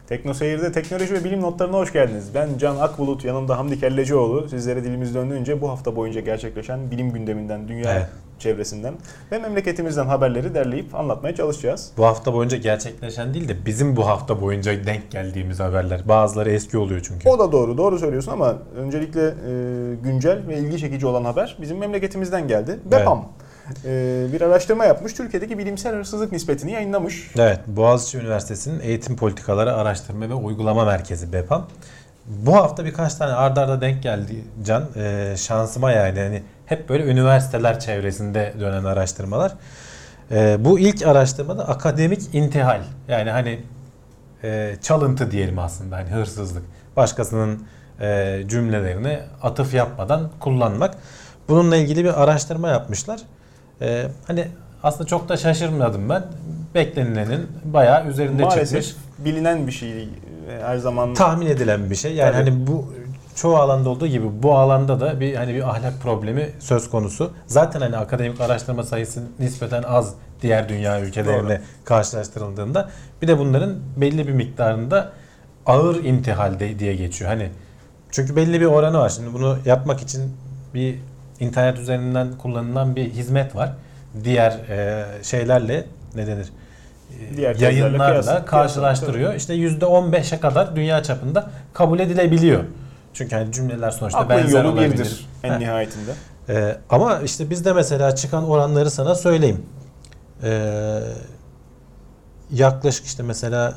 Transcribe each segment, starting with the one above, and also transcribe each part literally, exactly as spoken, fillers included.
Tekno Seyir'de teknoloji ve bilim notlarına hoş geldiniz. Ben Can Akbulut, yanımda Hamdi Kellecioğlu. Sizlere dilimiz döndüğünce bu hafta boyunca gerçekleşen bilim gündeminden, dünya evet. çevresinden ve memleketimizden haberleri derleyip anlatmaya çalışacağız. Bu hafta boyunca gerçekleşen değil de bizim bu hafta boyunca denk geldiğimiz haberler. Bazıları eski oluyor çünkü. O da doğru, doğru söylüyorsun ama öncelikle e, güncel ve ilgi çekici olan haber bizim memleketimizden geldi. BEPAM. Evet. Bir araştırma yapmış, Türkiye'deki bilimsel hırsızlık nispetini yayınlamış. Evet, Boğaziçi Üniversitesi'nin Eğitim Politikaları Araştırma ve Uygulama Merkezi BEPAM. Bu hafta birkaç tane arda arda denk geldi Can. Ee, şansıma yani. yani hep böyle üniversiteler çevresinde dönen araştırmalar. Ee, bu ilk araştırmada akademik intihal. Yani hani e, çalıntı diyelim aslında, hani hırsızlık. Başkasının e, cümlelerini atıf yapmadan kullanmak. Bununla ilgili bir araştırma yapmışlar. Ee, hani aslında çok da şaşırmadım ben. Beklenilenin bayağı üzerinde maalesef çıkmış. Bilinen bir şey, her zaman tahmin edilen bir şey. Yani tabii. Hani bu çoğu alanda olduğu gibi bu alanda da bir hani bir ahlak problemi söz konusu. Zaten hani akademik araştırma sayısı nispeten az diğer dünya ülkelerine karşılaştırıldığında, bir de bunların belli bir miktarında ağır intihal diye geçiyor. Hani çünkü belli bir oranı var. Şimdi bunu yapmak için bir İnternet üzerinden kullanılan bir hizmet var. Diğer e, şeylerle ne denir? Diğer yayınlarla karşılaştırıyor. İşte yüzde on beşe kadar dünya çapında kabul edilebiliyor. Çünkü hani cümleler sonuçta aklın benzer yolu olabilir. Birdir, en Heh. nihayetinde. E, ama işte bizde mesela çıkan oranları sana söyleyeyim. E, yaklaşık işte mesela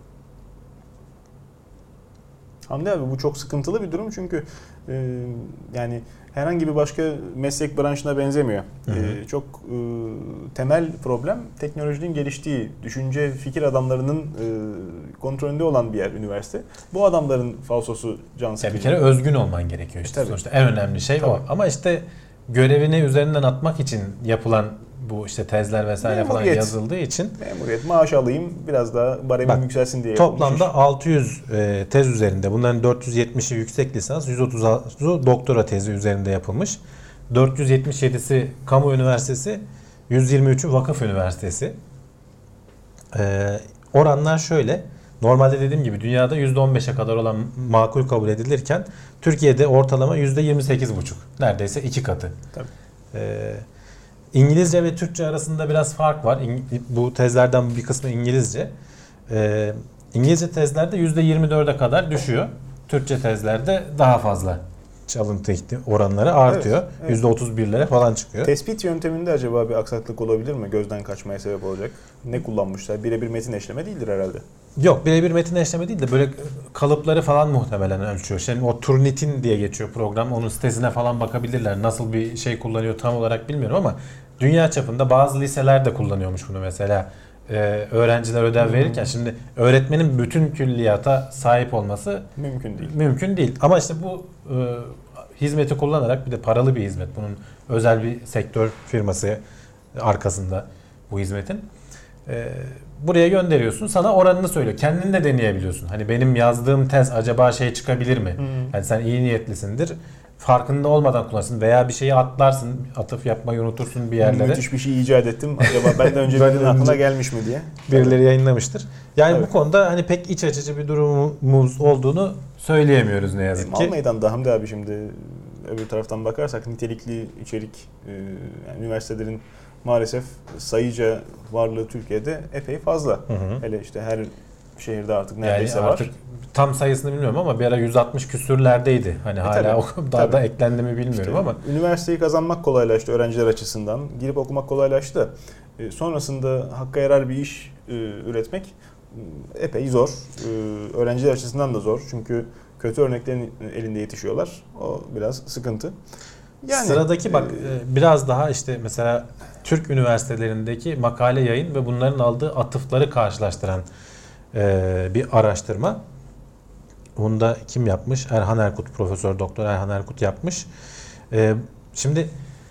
Hamdi abi, bu çok sıkıntılı bir durum çünkü e, yani herhangi bir başka meslek branşına benzemiyor. Hı hı. Ee, çok e, temel problem teknolojinin geliştiği, düşünce, fikir adamlarının e, kontrolünde olan bir yer üniversite. Bu adamların falsosu can sıkıcı. Bir kere özgün olman gerekiyor işte. E, sonuçta en önemli şey tabii. O. Ama işte görevini üzerinden atmak için yapılan bu işte tezler vesaire memuriyet falan yazıldığı için memuriyet, maaş alayım, biraz daha baremim yükselsin diye toplamda yapılmış. altı yüz e, tez üzerinde, bunların dört yüz yetmişi yüksek lisans, yüz otuz altısı doktora tezi üzerinde yapılmış. dört yüz yetmiş yedisi kamu üniversitesi, yüz yirmi üçü vakıf üniversitesi. E, oranlar şöyle. Normalde dediğim gibi dünyada yüzde on beşe kadar olan makul kabul edilirken Türkiye'de ortalama yüzde yirmi sekiz buçuk. Neredeyse iki katı. Tabii. E, İngilizce ve Türkçe arasında biraz fark var. Bu tezlerden bir kısmı İngilizce. Ee, İngilizce tezlerde yüzde yirmi dörde kadar düşüyor. Türkçe tezlerde daha fazla çalıntı oranları artıyor. Evet, evet. yüzde otuz birlere falan çıkıyor. Tespit yönteminde acaba bir aksaklık olabilir mi? Gözden kaçmaya sebep olacak. Ne kullanmışlar? Birebir metin eşleme değildir herhalde. Yok, birebir metin eşleme değil de böyle kalıpları falan muhtemelen ölçüyor. Şimdi o Turnitin diye geçiyor program. Onun sitesine falan bakabilirler. Nasıl bir şey kullanıyor tam olarak bilmiyorum ama dünya çapında bazı liseler de kullanıyormuş bunu mesela. Ee, öğrenciler ödev hmm. verirken şimdi öğretmenin bütün külliyata sahip olması mümkün değil. Mümkün değil. Ama işte bu e, hizmeti kullanarak, bir de paralı bir hizmet. Bunun özel bir sektör firması arkasında bu hizmetin. Ee, buraya gönderiyorsun, sana oranını söylüyor. Kendin de deneyebiliyorsun. Hani benim yazdığım tez acaba şey çıkabilir mi? Hmm. Yani sen iyi niyetlisindir. Farkında olmadan kullanırsın veya bir şeyi atlarsın, atıf yapmayı unutursun bir yerlere. Müthiş bir şey icat ettim. Acaba benden önce birinin aklına gelmiş mi diye. Birileri yayınlamıştır. Yani tabii. Bu konuda hani pek iç açıcı bir durumumuz olduğunu söyleyemiyoruz ne yazık ki. Mal meydanda Hamdi abi, şimdi öbür taraftan bakarsak nitelikli içerik yani üniversitelerin maalesef sayıca varlığı Türkiye'de epey fazla. Hı hı. Hele işte her şehirde artık neredeyse yani artık var. Tam sayısını bilmiyorum ama bir ara yüz altmış küsürlerdeydi. Hani e hala o daha tabii. da eklendi mi bilmiyorum işte, ama. Üniversiteyi kazanmak kolaylaştı öğrenciler açısından. Girip okumak kolaylaştı da e, sonrasında hakka yarar bir iş e, üretmek epey zor. E, öğrenciler açısından da zor. Çünkü kötü örneklerin elinde yetişiyorlar. O biraz sıkıntı. Yani, sıradaki bak e, biraz daha işte mesela Türk üniversitelerindeki makale yayın ve bunların aldığı atıfları karşılaştıran e, bir araştırma. Onu da kim yapmış? Erhan Erkut, Profesör Doktor Erhan Erkut yapmış. E, şimdi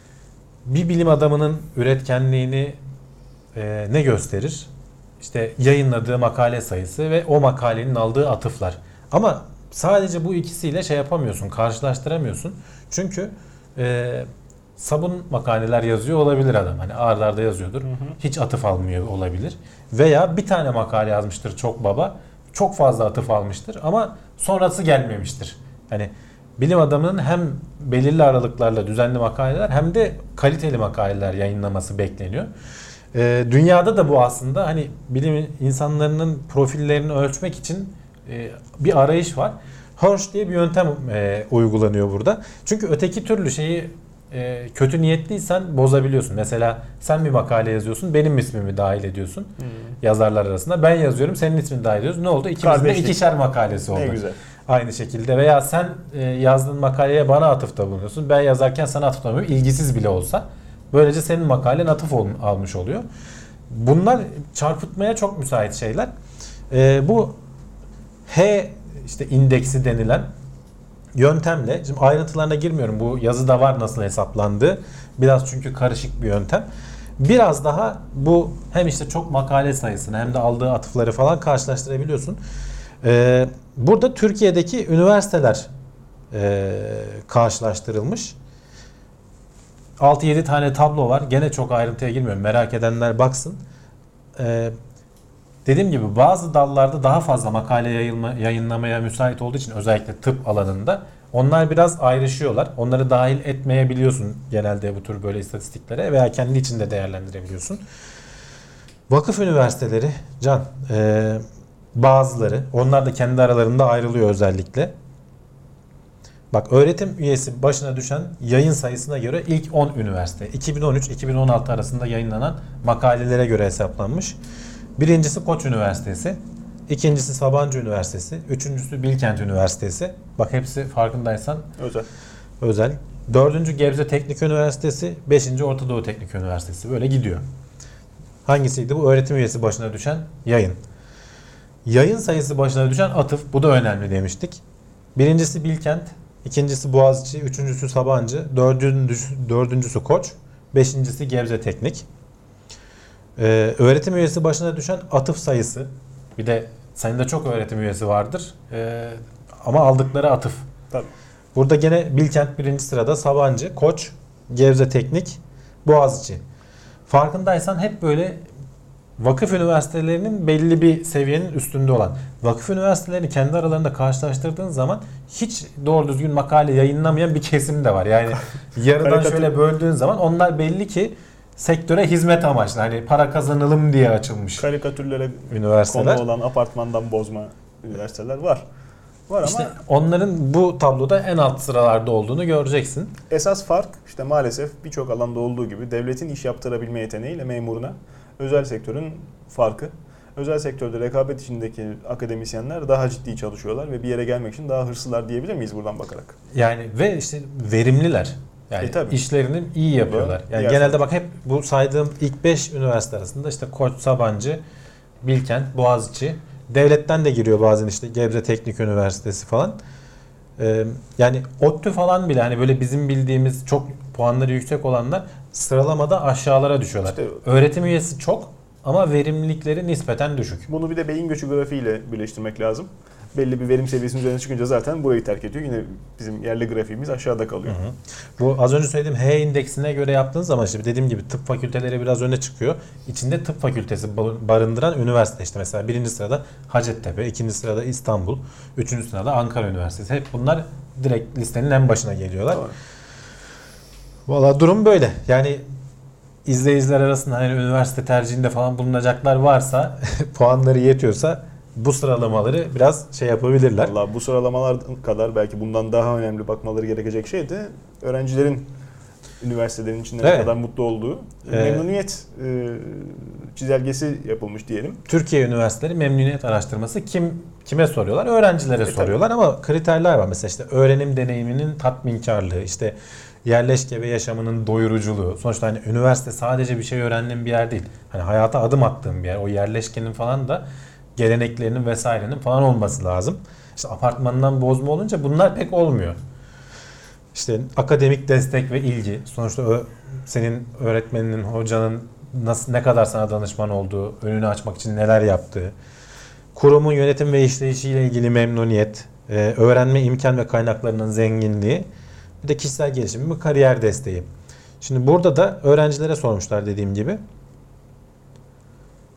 bir bilim adamının üretkenliğini e, ne gösterir? İşte yayınladığı makale sayısı ve o makalenin aldığı atıflar. Ama sadece bu ikisiyle şey yapamıyorsun, karşılaştıramıyorsun. Çünkü e, sabun makaleler yazıyor olabilir adam. Hani ard arda yazıyordur. Hı hı. Hiç atıf almıyor olabilir. Veya bir tane makale yazmıştır çok baba. çok fazla atıf almıştır ama sonrası gelmemiştir. Hani bilim adamının hem belirli aralıklarla düzenli makaleler hem de kaliteli makaleler yayınlaması bekleniyor. Ee, dünyada da bu aslında hani bilim insanlarının profillerini ölçmek için e, bir arayış var. Hirsch diye bir yöntem e, uygulanıyor burada. Çünkü öteki türlü şeyi e, kötü niyetliysen bozabiliyorsun. Mesela sen bir makale yazıyorsun, benim ismimi dahil ediyorsun hmm. yazarlar arasında. Ben yazıyorum, senin ismini dahil ediyoruz. Ne oldu? İkimizin de ikişer makalesi oldu. Ne güzel. Aynı şekilde veya sen e, yazdığın makaleye bana atıfta bulunuyorsun. Ben yazarken sana atıfta bulunuyorum. İlgisiz bile olsa. Böylece senin makalen atıf ol, almış oluyor. Bunlar çarpıtmaya çok müsait şeyler. E, bu H işte indeksi denilen yöntemle, şimdi ayrıntılarına girmiyorum. Bu yazıda var nasıl hesaplandığı. Biraz çünkü karışık bir yöntem. Biraz daha bu hem işte çok makale sayısını hem de aldığı atıfları falan karşılaştırabiliyorsun. Ee, burada Türkiye'deki üniversiteler e, karşılaştırılmış. altı yedi tane tablo var. Gene çok ayrıntıya girmiyorum. Merak edenler baksın. Ee, dediğim gibi bazı dallarda daha fazla makale yayılma, yayınlamaya müsait olduğu için özellikle tıp alanında onlar biraz ayrışıyorlar. Onları dahil etmeyebiliyorsun genelde bu tür böyle istatistiklere veya kendi içinde değerlendirebiliyorsun. Vakıf üniversiteleri, Can, e, bazıları, onlar da kendi aralarında ayrılıyor özellikle. Bak, öğretim üyesi başına düşen yayın sayısına göre ilk on üniversite iki bin on üç iki bin on altı arasında yayınlanan makalelere göre hesaplanmış. Birincisi Koç Üniversitesi, ikincisi Sabancı Üniversitesi, üçüncüsü Bilkent Üniversitesi. Bak hepsi farkındaysan özel. Özel. Dördüncü Gebze Teknik Üniversitesi, beşinci Orta Doğu Teknik Üniversitesi. Böyle gidiyor. Hangisiydi bu? Öğretim üyesi başına düşen yayın. Yayın sayısı başına düşen atıf. Bu da önemli demiştik. Birincisi Bilkent, ikincisi Boğaziçi, üçüncüsü Sabancı, dördüncüsü, dördüncüsü Koç, beşincisi Gebze Teknik. Ee, öğretim üyesi başına düşen atıf sayısı. Bir de sayında çok öğretim üyesi vardır. Ee, ama aldıkları atıf. Tabii. Burada gene Bilkent birinci sırada, Sabancı, Koç, Gebze Teknik, Boğaziçi. Farkındaysan hep böyle vakıf üniversitelerinin belli bir seviyenin üstünde olan. Vakıf üniversitelerini kendi aralarında karşılaştırdığın zaman hiç doğru düzgün makale yayınlamayan bir kesim de var. Yani yarıdan şöyle böldüğün zaman onlar belli ki sektöre hizmet amaçlı. Hani para kazanalım diye açılmış. Karikatürlere üniversiteler. Konu olan apartmandan bozma üniversiteler var. Var işte ama onların bu tabloda en alt sıralarda olduğunu göreceksin. Esas fark işte maalesef birçok alanda olduğu gibi devletin iş yaptırabilme yeteneğiyle memuruna özel sektörün farkı. Özel sektörde rekabet içindeki akademisyenler daha ciddi çalışıyorlar ve bir yere gelmek için daha hırslılar diyebilir miyiz buradan bakarak? Yani ve işte verimliler. Yani e, işlerini iyi yapıyorlar. Yani Diğer genelde bak hep bu saydığım ilk beş üniversite arasında işte Koç, Sabancı, Bilkent, Boğaziçi, devletten de giriyor bazen işte Gebze Teknik Üniversitesi falan. Ee, yani ODTÜ falan bile hani böyle bizim bildiğimiz çok puanları yüksek olanlar sıralamada aşağılara düşüyorlar. İşte, öğretim üyesi çok ama verimlilikleri nispeten düşük. Bunu bir de beyin göçü grafiğiyle birleştirmek lazım. Belli bir verim seviyesinin üzerine çıkınca zaten burayı terk ediyor. Yine bizim yerli grafiğimiz aşağıda kalıyor. Hı hı. Bu az önce söylediğim H indeksine göre yaptığınız zaman işte dediğim gibi tıp fakülteleri biraz öne çıkıyor. İçinde tıp fakültesi barındıran üniversite işte mesela birinci sırada Hacettepe, ikinci sırada İstanbul, üçüncü sırada Ankara Üniversitesi. Hep bunlar direkt listenin en başına geliyorlar. Doğru. Valla durum böyle. Yani izleyiciler arasında hani üniversite tercihinde falan bulunacaklar varsa puanları yetiyorsa bu sıralamaları biraz şey yapabilirler. Vallahi bu sıralamalar kadar belki bundan daha önemli bakmaları gerekecek şey de öğrencilerin üniversitelerin içinde evet. ne kadar mutlu olduğu evet. memnuniyet e, çizelgesi yapılmış diyelim. Türkiye Üniversiteleri memnuniyet araştırması kim kime soruyorlar? Öğrencilere e, soruyorlar tabii. Ama kriterler var. Mesela işte öğrenim deneyiminin tatminkarlığı, işte yerleşke ve yaşamının doyuruculuğu. Sonuçta hani üniversite sadece bir şey öğrendiğin bir yer değil. Hani hayata adım attığın bir yer. O yerleşkenin falan da geleneklerinin vesairenin falan olması lazım. İşte apartmandan bozma olunca bunlar pek olmuyor. İşte akademik destek ve ilgi. Sonuçta senin öğretmeninin, hocanın nasıl ne kadar sana danışman olduğu, önünü açmak için neler yaptığı, kurumun yönetim ve işleyişiyle ilgili memnuniyet, öğrenme imkan ve kaynaklarının zenginliği, bir de kişisel gelişim ve kariyer desteği. Şimdi burada da öğrencilere sormuşlar dediğim gibi.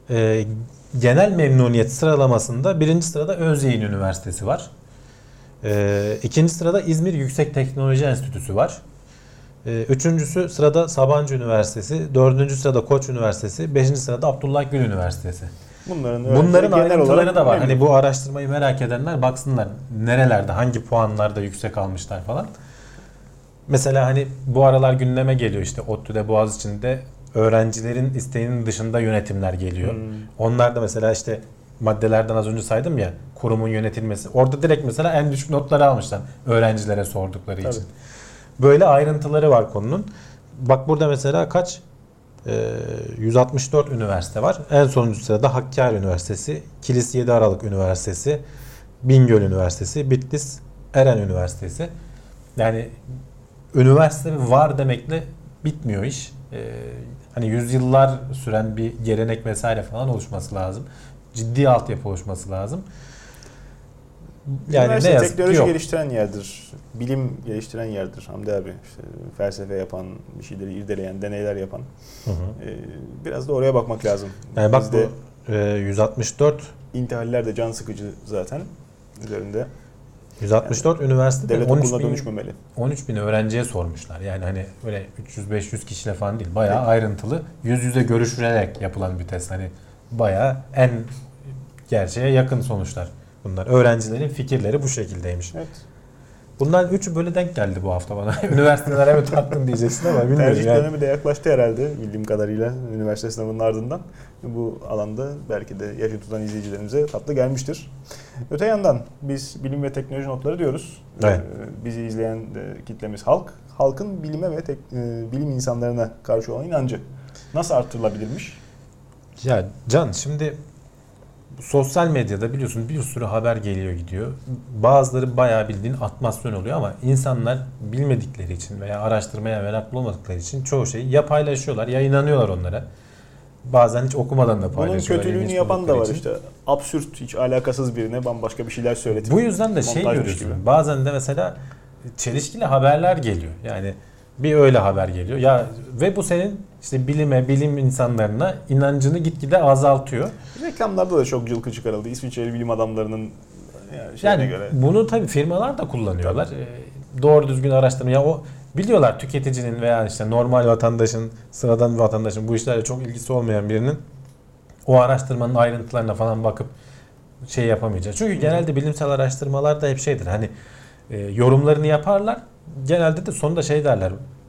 e, genel memnuniyet sıralamasında birinci sırada Özyeğin Üniversitesi var. E, ikinci sırada İzmir Yüksek Teknoloji Enstitüsü var. E, üçüncüsü sırada Sabancı Üniversitesi, dördüncü sırada Koç Üniversitesi, beşinci sırada Abdullah Gül Üniversitesi. Bunların, Bunların ayrıntıları da var. Hani bu araştırmayı merak edenler baksınlar nerelerde, hangi puanlarda yüksek almışlar falan. Mesela hani bu aralar gündeme geliyor işte ODTÜ'de, Boğaziçi'nde öğrencilerin isteğinin dışında yönetimler geliyor. Hmm. Onlar da mesela işte maddelerden az önce saydım ya, kurumun yönetilmesi. Orada direkt mesela en düşük notları almışlar öğrencilere sordukları Tabii. için. Böyle ayrıntıları var konunun. Bak burada mesela kaç? Ee, yüz altmış dört üniversite var. En sonuncu sırada Hakkari Üniversitesi, Kilis yedi Aralık Üniversitesi, Bingöl Üniversitesi, Bitlis Eren Üniversitesi. Yani üniversite var demekle bitmiyor iş. Ee, hani yüzyıllar süren bir gelenek vesaire falan oluşması lazım. Ciddi altyapı oluşması lazım. Yani üniversite ne yazık teknoloji yok. geliştiren yerdir. Bilim geliştiren yerdir Hamdi abi. İşte felsefe yapan, bir şeyleri irdeleyen, deneyler yapan. Hı hı. Ee, biraz da oraya bakmak lazım. Yani bak Bizde bu e, yüz altmış dört intihaller de can sıkıcı zaten üzerinde. yüz altmış dört yani, üniversitede devlet okuluna dönüşmemeli. on üç bin öğrenciye sormuşlar. Yani hani öyle üç yüz beş yüz kişiyle falan değil. Bayağı evet. ayrıntılı, yüz yüze görüşülerek yapılan bir test. Hani bayağı en gerçeğe yakın sonuçlar. Bunlar öğrencilerin fikirleri bu şekildeymiş. Evet. Bunlar üçü böyle denk geldi bu hafta bana. Üniversitelere mi taktın diyeceksin ama bilmiyorum. Tercih yani. dönemi de yaklaştı herhalde bildiğim kadarıyla üniversite sınavının ardından. Bu alanda belki de yaşı tutan izleyicilerimize tatlı gelmiştir. Öte yandan biz bilim ve teknoloji notları diyoruz. Evet. Bizi izleyen kitlemiz halk. Halkın bilime ve tek, bilim insanlarına karşı olan inancı nasıl artırılabilirmiş? Ya Can şimdi sosyal medyada biliyorsun bir sürü haber geliyor gidiyor. Bazıları bayağı bildiğin atmasyon oluyor ama insanlar bilmedikleri için veya araştırmaya meraklı olmadıkları için çoğu şeyi ya paylaşıyorlar ya inanıyorlar onlara. Bazen hiç okumadan da paylaşıyorlar. Bunun kötülüğünü yapan da var için. işte. Absürt, hiç alakasız birine bambaşka bir şeyler söyletip. Bu yüzden de şey görüyorsun. Gibi. Bazen de mesela çelişkili haberler geliyor. Yani bir öyle haber geliyor. Ya ve bu senin işte bilime, bilim insanlarına inancını gitgide azaltıyor. Reklamlarda da çok cılkı çıkarıldı. İsviçreli bilim adamlarının yani şeyine yani göre. Bunu tabii firmalar da kullanıyorlar. Ee, doğru düzgün araştırma. Ya o biliyorlar tüketicinin veya işte normal vatandaşın, sıradan bir vatandaşın, bu işlerle çok ilgisi olmayan birinin o araştırmanın ayrıntılarına falan bakıp şey yapamayacak. Çünkü genelde bilimsel araştırmalarda hep şeydir. Hani e, yorumlarını yaparlar. Genelde de sonunda şey derler.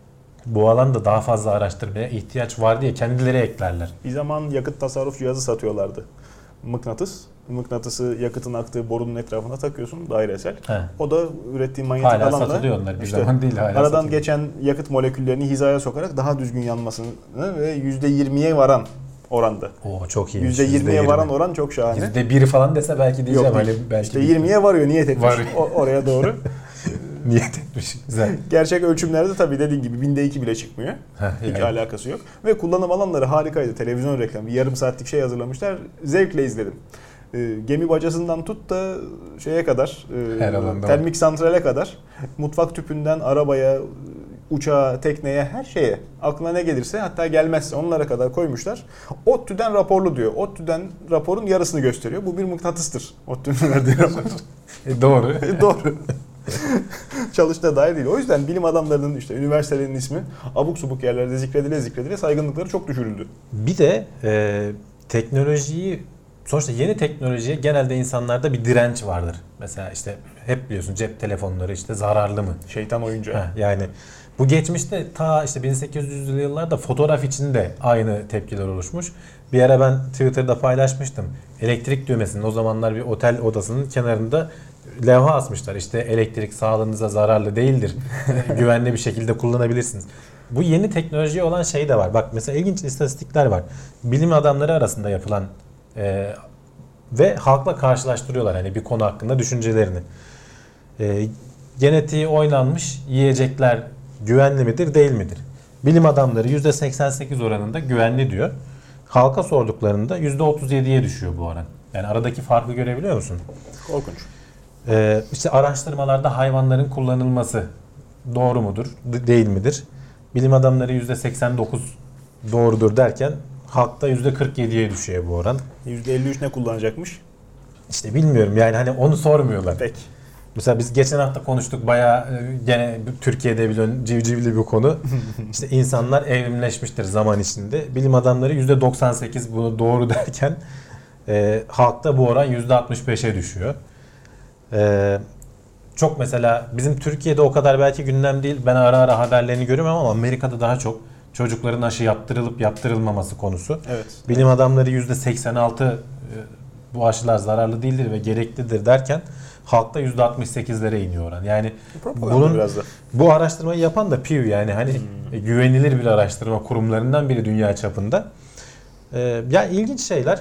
Bu alanda daha fazla araştırmaya ihtiyaç var diye kendileri eklerler. Bir zaman yakıt tasarruf cihazı satıyorlardı. Mıknatıs. Mıknatısı yakıtın aktığı borunun etrafına takıyorsun dairesel. He. O da ürettiği manyetik hala alanla satılıyor onlar bir işte zaman değil hala aradan satılıyor. geçen yakıt moleküllerini hizaya sokarak daha düzgün yanmasını ve yüzde yirmiye varan oranda. Oo çok iyi. yüzde yirmiye varan oran çok şahane. yüzde bir falan dese belki diyeceğim. Yok, hani belki işte yirmiye varıyor, niyet etmiş o, oraya doğru. Niyet etmiş. Güzel. Gerçek ölçümlerde tabii dediğin gibi binde iki bile çıkmıyor. Heh, Hiç yani. alakası yok. Ve kullanım alanları harikaydı. Televizyon reklamı. Bir yarım saatlik şey hazırlamışlar. Zevkle izledim. E, gemi bacasından tut da şeye kadar, e, termik santrale kadar, mutfak tüpünden arabaya, uçağa, tekneye, her şeye aklına ne gelirse, hatta gelmezse onlara kadar koymuşlar. ODTÜ'den raporlu diyor. ODTÜ'den raporun yarısını gösteriyor. Bu bir mıknatıstır. ODTÜ'nün verdiği rapor. e, doğru. E, doğru. Çalıştığına dair değil. O yüzden bilim adamlarının işte üniversitelerin ismi abuk subuk yerlerde zikredile zikredile saygınlıkları çok düşürüldü. Bir de e, teknolojiyi, sonuçta yeni teknolojiye genelde insanlarda bir direnç vardır. Mesela işte hep biliyorsun cep telefonları işte zararlı mı? Şeytan oyuncağı. Heh, yani bu geçmişte ta işte bin sekiz yüzlü yıllarda fotoğraf için de aynı tepkiler oluşmuş. Bir ara ben Twitter'da paylaşmıştım. Elektrik düğmesinin, o zamanlar bir otel odasının kenarında levha asmışlar. İşte elektrik sağlığınıza zararlı değildir. Güvenli bir şekilde kullanabilirsiniz. Bu yeni teknolojiye olan şey de var. Bak mesela ilginç istatistikler var. Bilim adamları arasında yapılan e, ve halkla karşılaştırıyorlar hani bir konu hakkında düşüncelerini. E, genetiği oynanmış yiyecekler güvenli midir, değil midir? Bilim adamları yüzde seksen sekiz oranında güvenli diyor. Halka sorduklarında yüzde otuz yediye düşüyor bu oran. Yani aradaki farkı görebiliyor musun? Korkunç. Ee, işte araştırmalarda hayvanların kullanılması doğru mudur, değil midir? Bilim adamları yüzde seksen dokuz doğrudur derken halkta yüzde kırk yediye düşüyor bu oran. yüzde elli üç ne kullanacakmış? İşte bilmiyorum yani hani onu sormuyorlar. Peki. Mesela biz geçen hafta konuştuk bayağı gene Türkiye'de biliyorsun civcivli bir konu. İşte insanlar evrimleşmiştir zaman içinde. Bilim adamları yüzde doksan sekiz bunu doğru derken e, halkta bu oran yüzde altmış beşe düşüyor. E, çok mesela bizim Türkiye'de o kadar belki gündem değil. Ben ara ara haberlerini görüyorum ama Amerika'da daha çok çocukların aşı yaptırılıp yaptırılmaması konusu. Evet. Bilim adamları yüzde seksen altı e, bu aşılar zararlı değildir ve gereklidir derken halkta yüzde altmış sekizlere iniyor oran. Yani bunun biraz da. Bu araştırmayı yapan da Pew yani hani hmm. güvenilir bir araştırma kurumlarından biri dünya çapında. Ee, yani ilginç şeyler.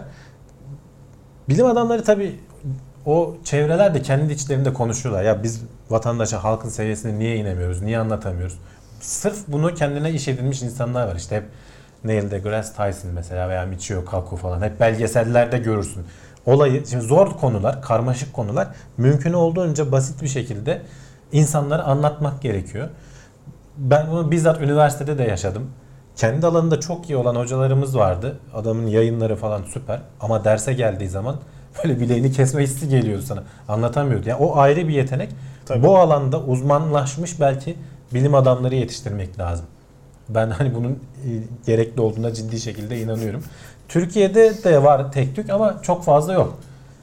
Bilim adamları tabii o çevreler de kendi içlerinde konuşuyorlar. Ya biz vatandaşa, halkın seviyesine niye inemiyoruz? Niye anlatamıyoruz? Sırf bunu kendine iş edinmiş insanlar var. İşte hep Neil deGrasse Tyson mesela veya Michio Kaku falan. Hep belgesellerde görürsün. Olayı, şimdi zor konular, karmaşık konular mümkün olduğunca basit bir şekilde insanlara anlatmak gerekiyor. Ben bunu bizzat üniversitede de yaşadım. Kendi alanında çok iyi olan hocalarımız vardı. Adamın yayınları falan süper ama derse geldiği zaman böyle bileğini kesme hissi geliyordu sana. Anlatamıyordu. Yani o ayrı bir yetenek. Tabii. Bu alanda uzmanlaşmış belki bilim adamları yetiştirmek lazım. Ben hani bunun gerekli olduğuna ciddi şekilde inanıyorum. Türkiye'de de var tek tük ama çok fazla yok.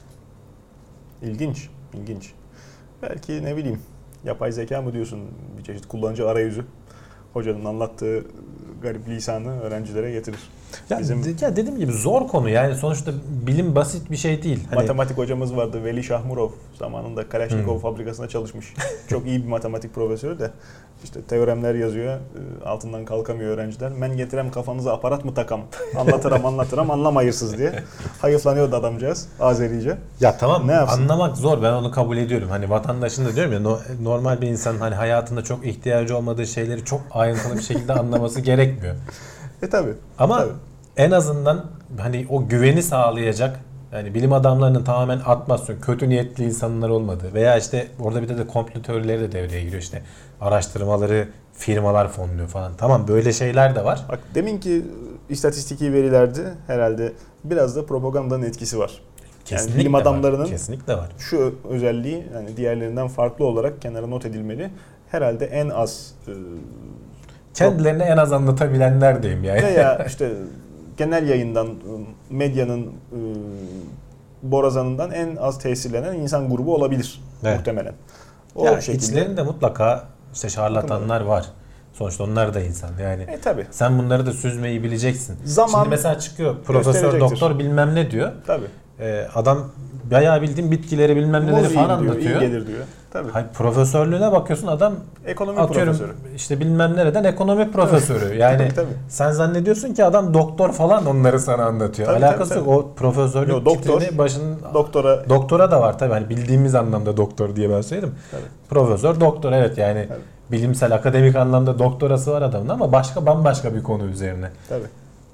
İlginç, ilginç. Belki ne bileyim yapay zeka mı diyorsun, bir çeşit kullanıcı arayüzü hocanın anlattığı garip lisanı öğrencilere getirir. Ya, Bizim, ya dediğim gibi zor konu yani sonuçta bilim basit bir şey değil. Hani, matematik hocamız vardı Veli Şahmurov, zamanında Kalashnikov hmm. fabrikasında çalışmış. Çok iyi bir matematik profesörü de işte teoremler yazıyor, altından kalkamıyor öğrenciler. Men getirem kafanıza aparat mı takam, anlatırım anlatırım anlamayırsınız diye. Hayıflanıyordu adamcağız Azerice. Ya tamam ne anlamak zor, ben onu kabul ediyorum. Hani vatandaşın da diyorum ya no, normal bir insan hani hayatında çok ihtiyacı olmadığı şeyleri çok ayrıntılı bir şekilde anlaması gerekmiyor. E tabi. Ama tabii. en azından hani o güveni sağlayacak, yani bilim adamlarının tamamen atmasyon, kötü niyetli insanlar olmadığı veya işte orada bir de de komplo teorileri de devreye giriyor, işte araştırmaları firmalar fonluyor falan. Tamam, böyle şeyler de var. Bak deminki istatistiki verilerde herhalde biraz da propagandanın etkisi var. Kesinlikle yani bilim adamlarının var. Kesinlikle var. Şu özelliği yani diğerlerinden farklı olarak kenara not edilmeli. Herhalde en az e, kendilerini en az anlatabilenler diyeyim yani. Veya işte genel yayından, medyanın e, borazanından en az tesirlenen insan grubu olabilir evet. muhtemelen. O ya şekilde. İçlerinde mutlaka işte şarlatanlar var. Sonuçta onlar da insan yani. E tabi. Sen bunları da süzmeyi bileceksin. Zaman Şimdi mesela çıkıyor profesör doktor bilmem ne diyor. Tabi. Ee, adam bayağı bildiğin bitkileri bilmem neleri falan diyor, anlatıyor. İyi gelir diyor. Tabii. Hayır, profesörlüğüne bakıyorsun adam ekonomi atıyorum, profesörü. İşte bilmem nereden ekonomi profesörü. Yani tabii, tabii. Sen zannediyorsun ki adam doktor falan onları sana anlatıyor. Tabii, Alakası tabii, tabii. yok. O profesörlük Yo, doktor, titrini başının doktora doktora da var tabii. Hani bildiğimiz anlamda doktor diye ben söyledim. Tabii. Profesör doktor evet yani tabii. bilimsel akademik anlamda doktorası var adamın ama başka bambaşka bir konu üzerine. Tabii.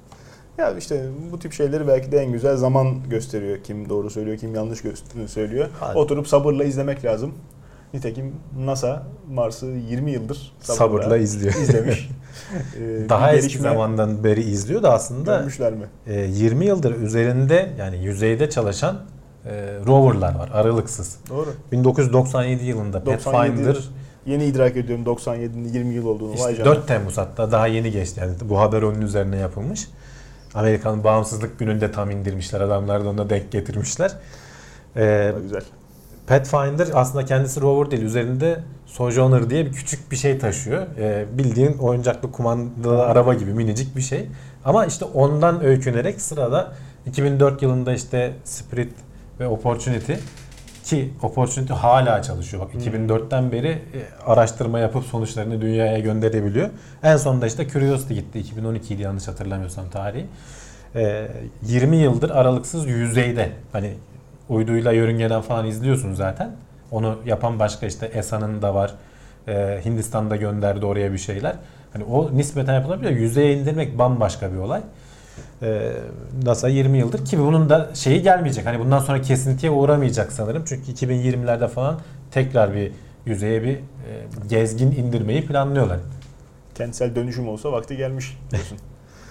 Ya işte bu tip şeyleri belki de en güzel zaman gösteriyor. Kim doğru söylüyor, kim yanlış söylüyor. Hadi. Oturup sabırla izlemek lazım. Nitekim NASA Mars'ı yirmi yıldır sabırla, sabırla izliyor. izlemiş. ee, Daha eski zamandan beri izliyor da aslında görmüşler mi? E, yirmi yıldır üzerinde yani yüzeyde çalışan e, roverlar var aralıksız. Doğru. bin dokuz yüz doksan yedi yılında Pathfinder yeni idrak ediyorum doksan yedinin yirmi yıl olduğunu. İşte dört Temmuz hatta daha yeni geçti. Yani bu haber onun üzerine yapılmış. Amerika'nın bağımsızlık gününde tam indirmişler. Adamlar da ona denk getirmişler. Ee, güzel. Pathfinder aslında kendisi rover değil. Üzerinde Sojourner diye bir küçük bir şey taşıyor. Ee, bildiğin oyuncaklı kumandalı araba gibi minicik bir şey. Ama işte ondan öykünerek sırada iki bin dört yılında işte Spirit ve Opportunity, ki Opportunity hala çalışıyor. Bak hmm. iki bin dörtten beri araştırma yapıp sonuçlarını dünyaya gönderebiliyor. En sonunda işte Curiosity gitti. iki bin on ikiydi yanlış hatırlamıyorsam tarihi. Ee, yirmi yıldır aralıksız yüzeyde. Hani uyduyla yörüngeden falan izliyorsun zaten. Onu yapan başka işte E S A'nın da var. Ee, Hindistan'da gönderdi oraya bir şeyler. Hani o nispeten yapılabiliyor. Yüzeye indirmek bambaşka bir olay. Ee, NASA yirmi yıldır ki bunun da şeyi gelmeyecek. Hani bundan sonra kesintiye uğramayacak sanırım. Çünkü iki bin yirmilerde falan tekrar bir yüzeye bir e, gezgin indirmeyi planlıyorlar. Kentsel dönüşüm olsa vakti gelmiş diyorsun.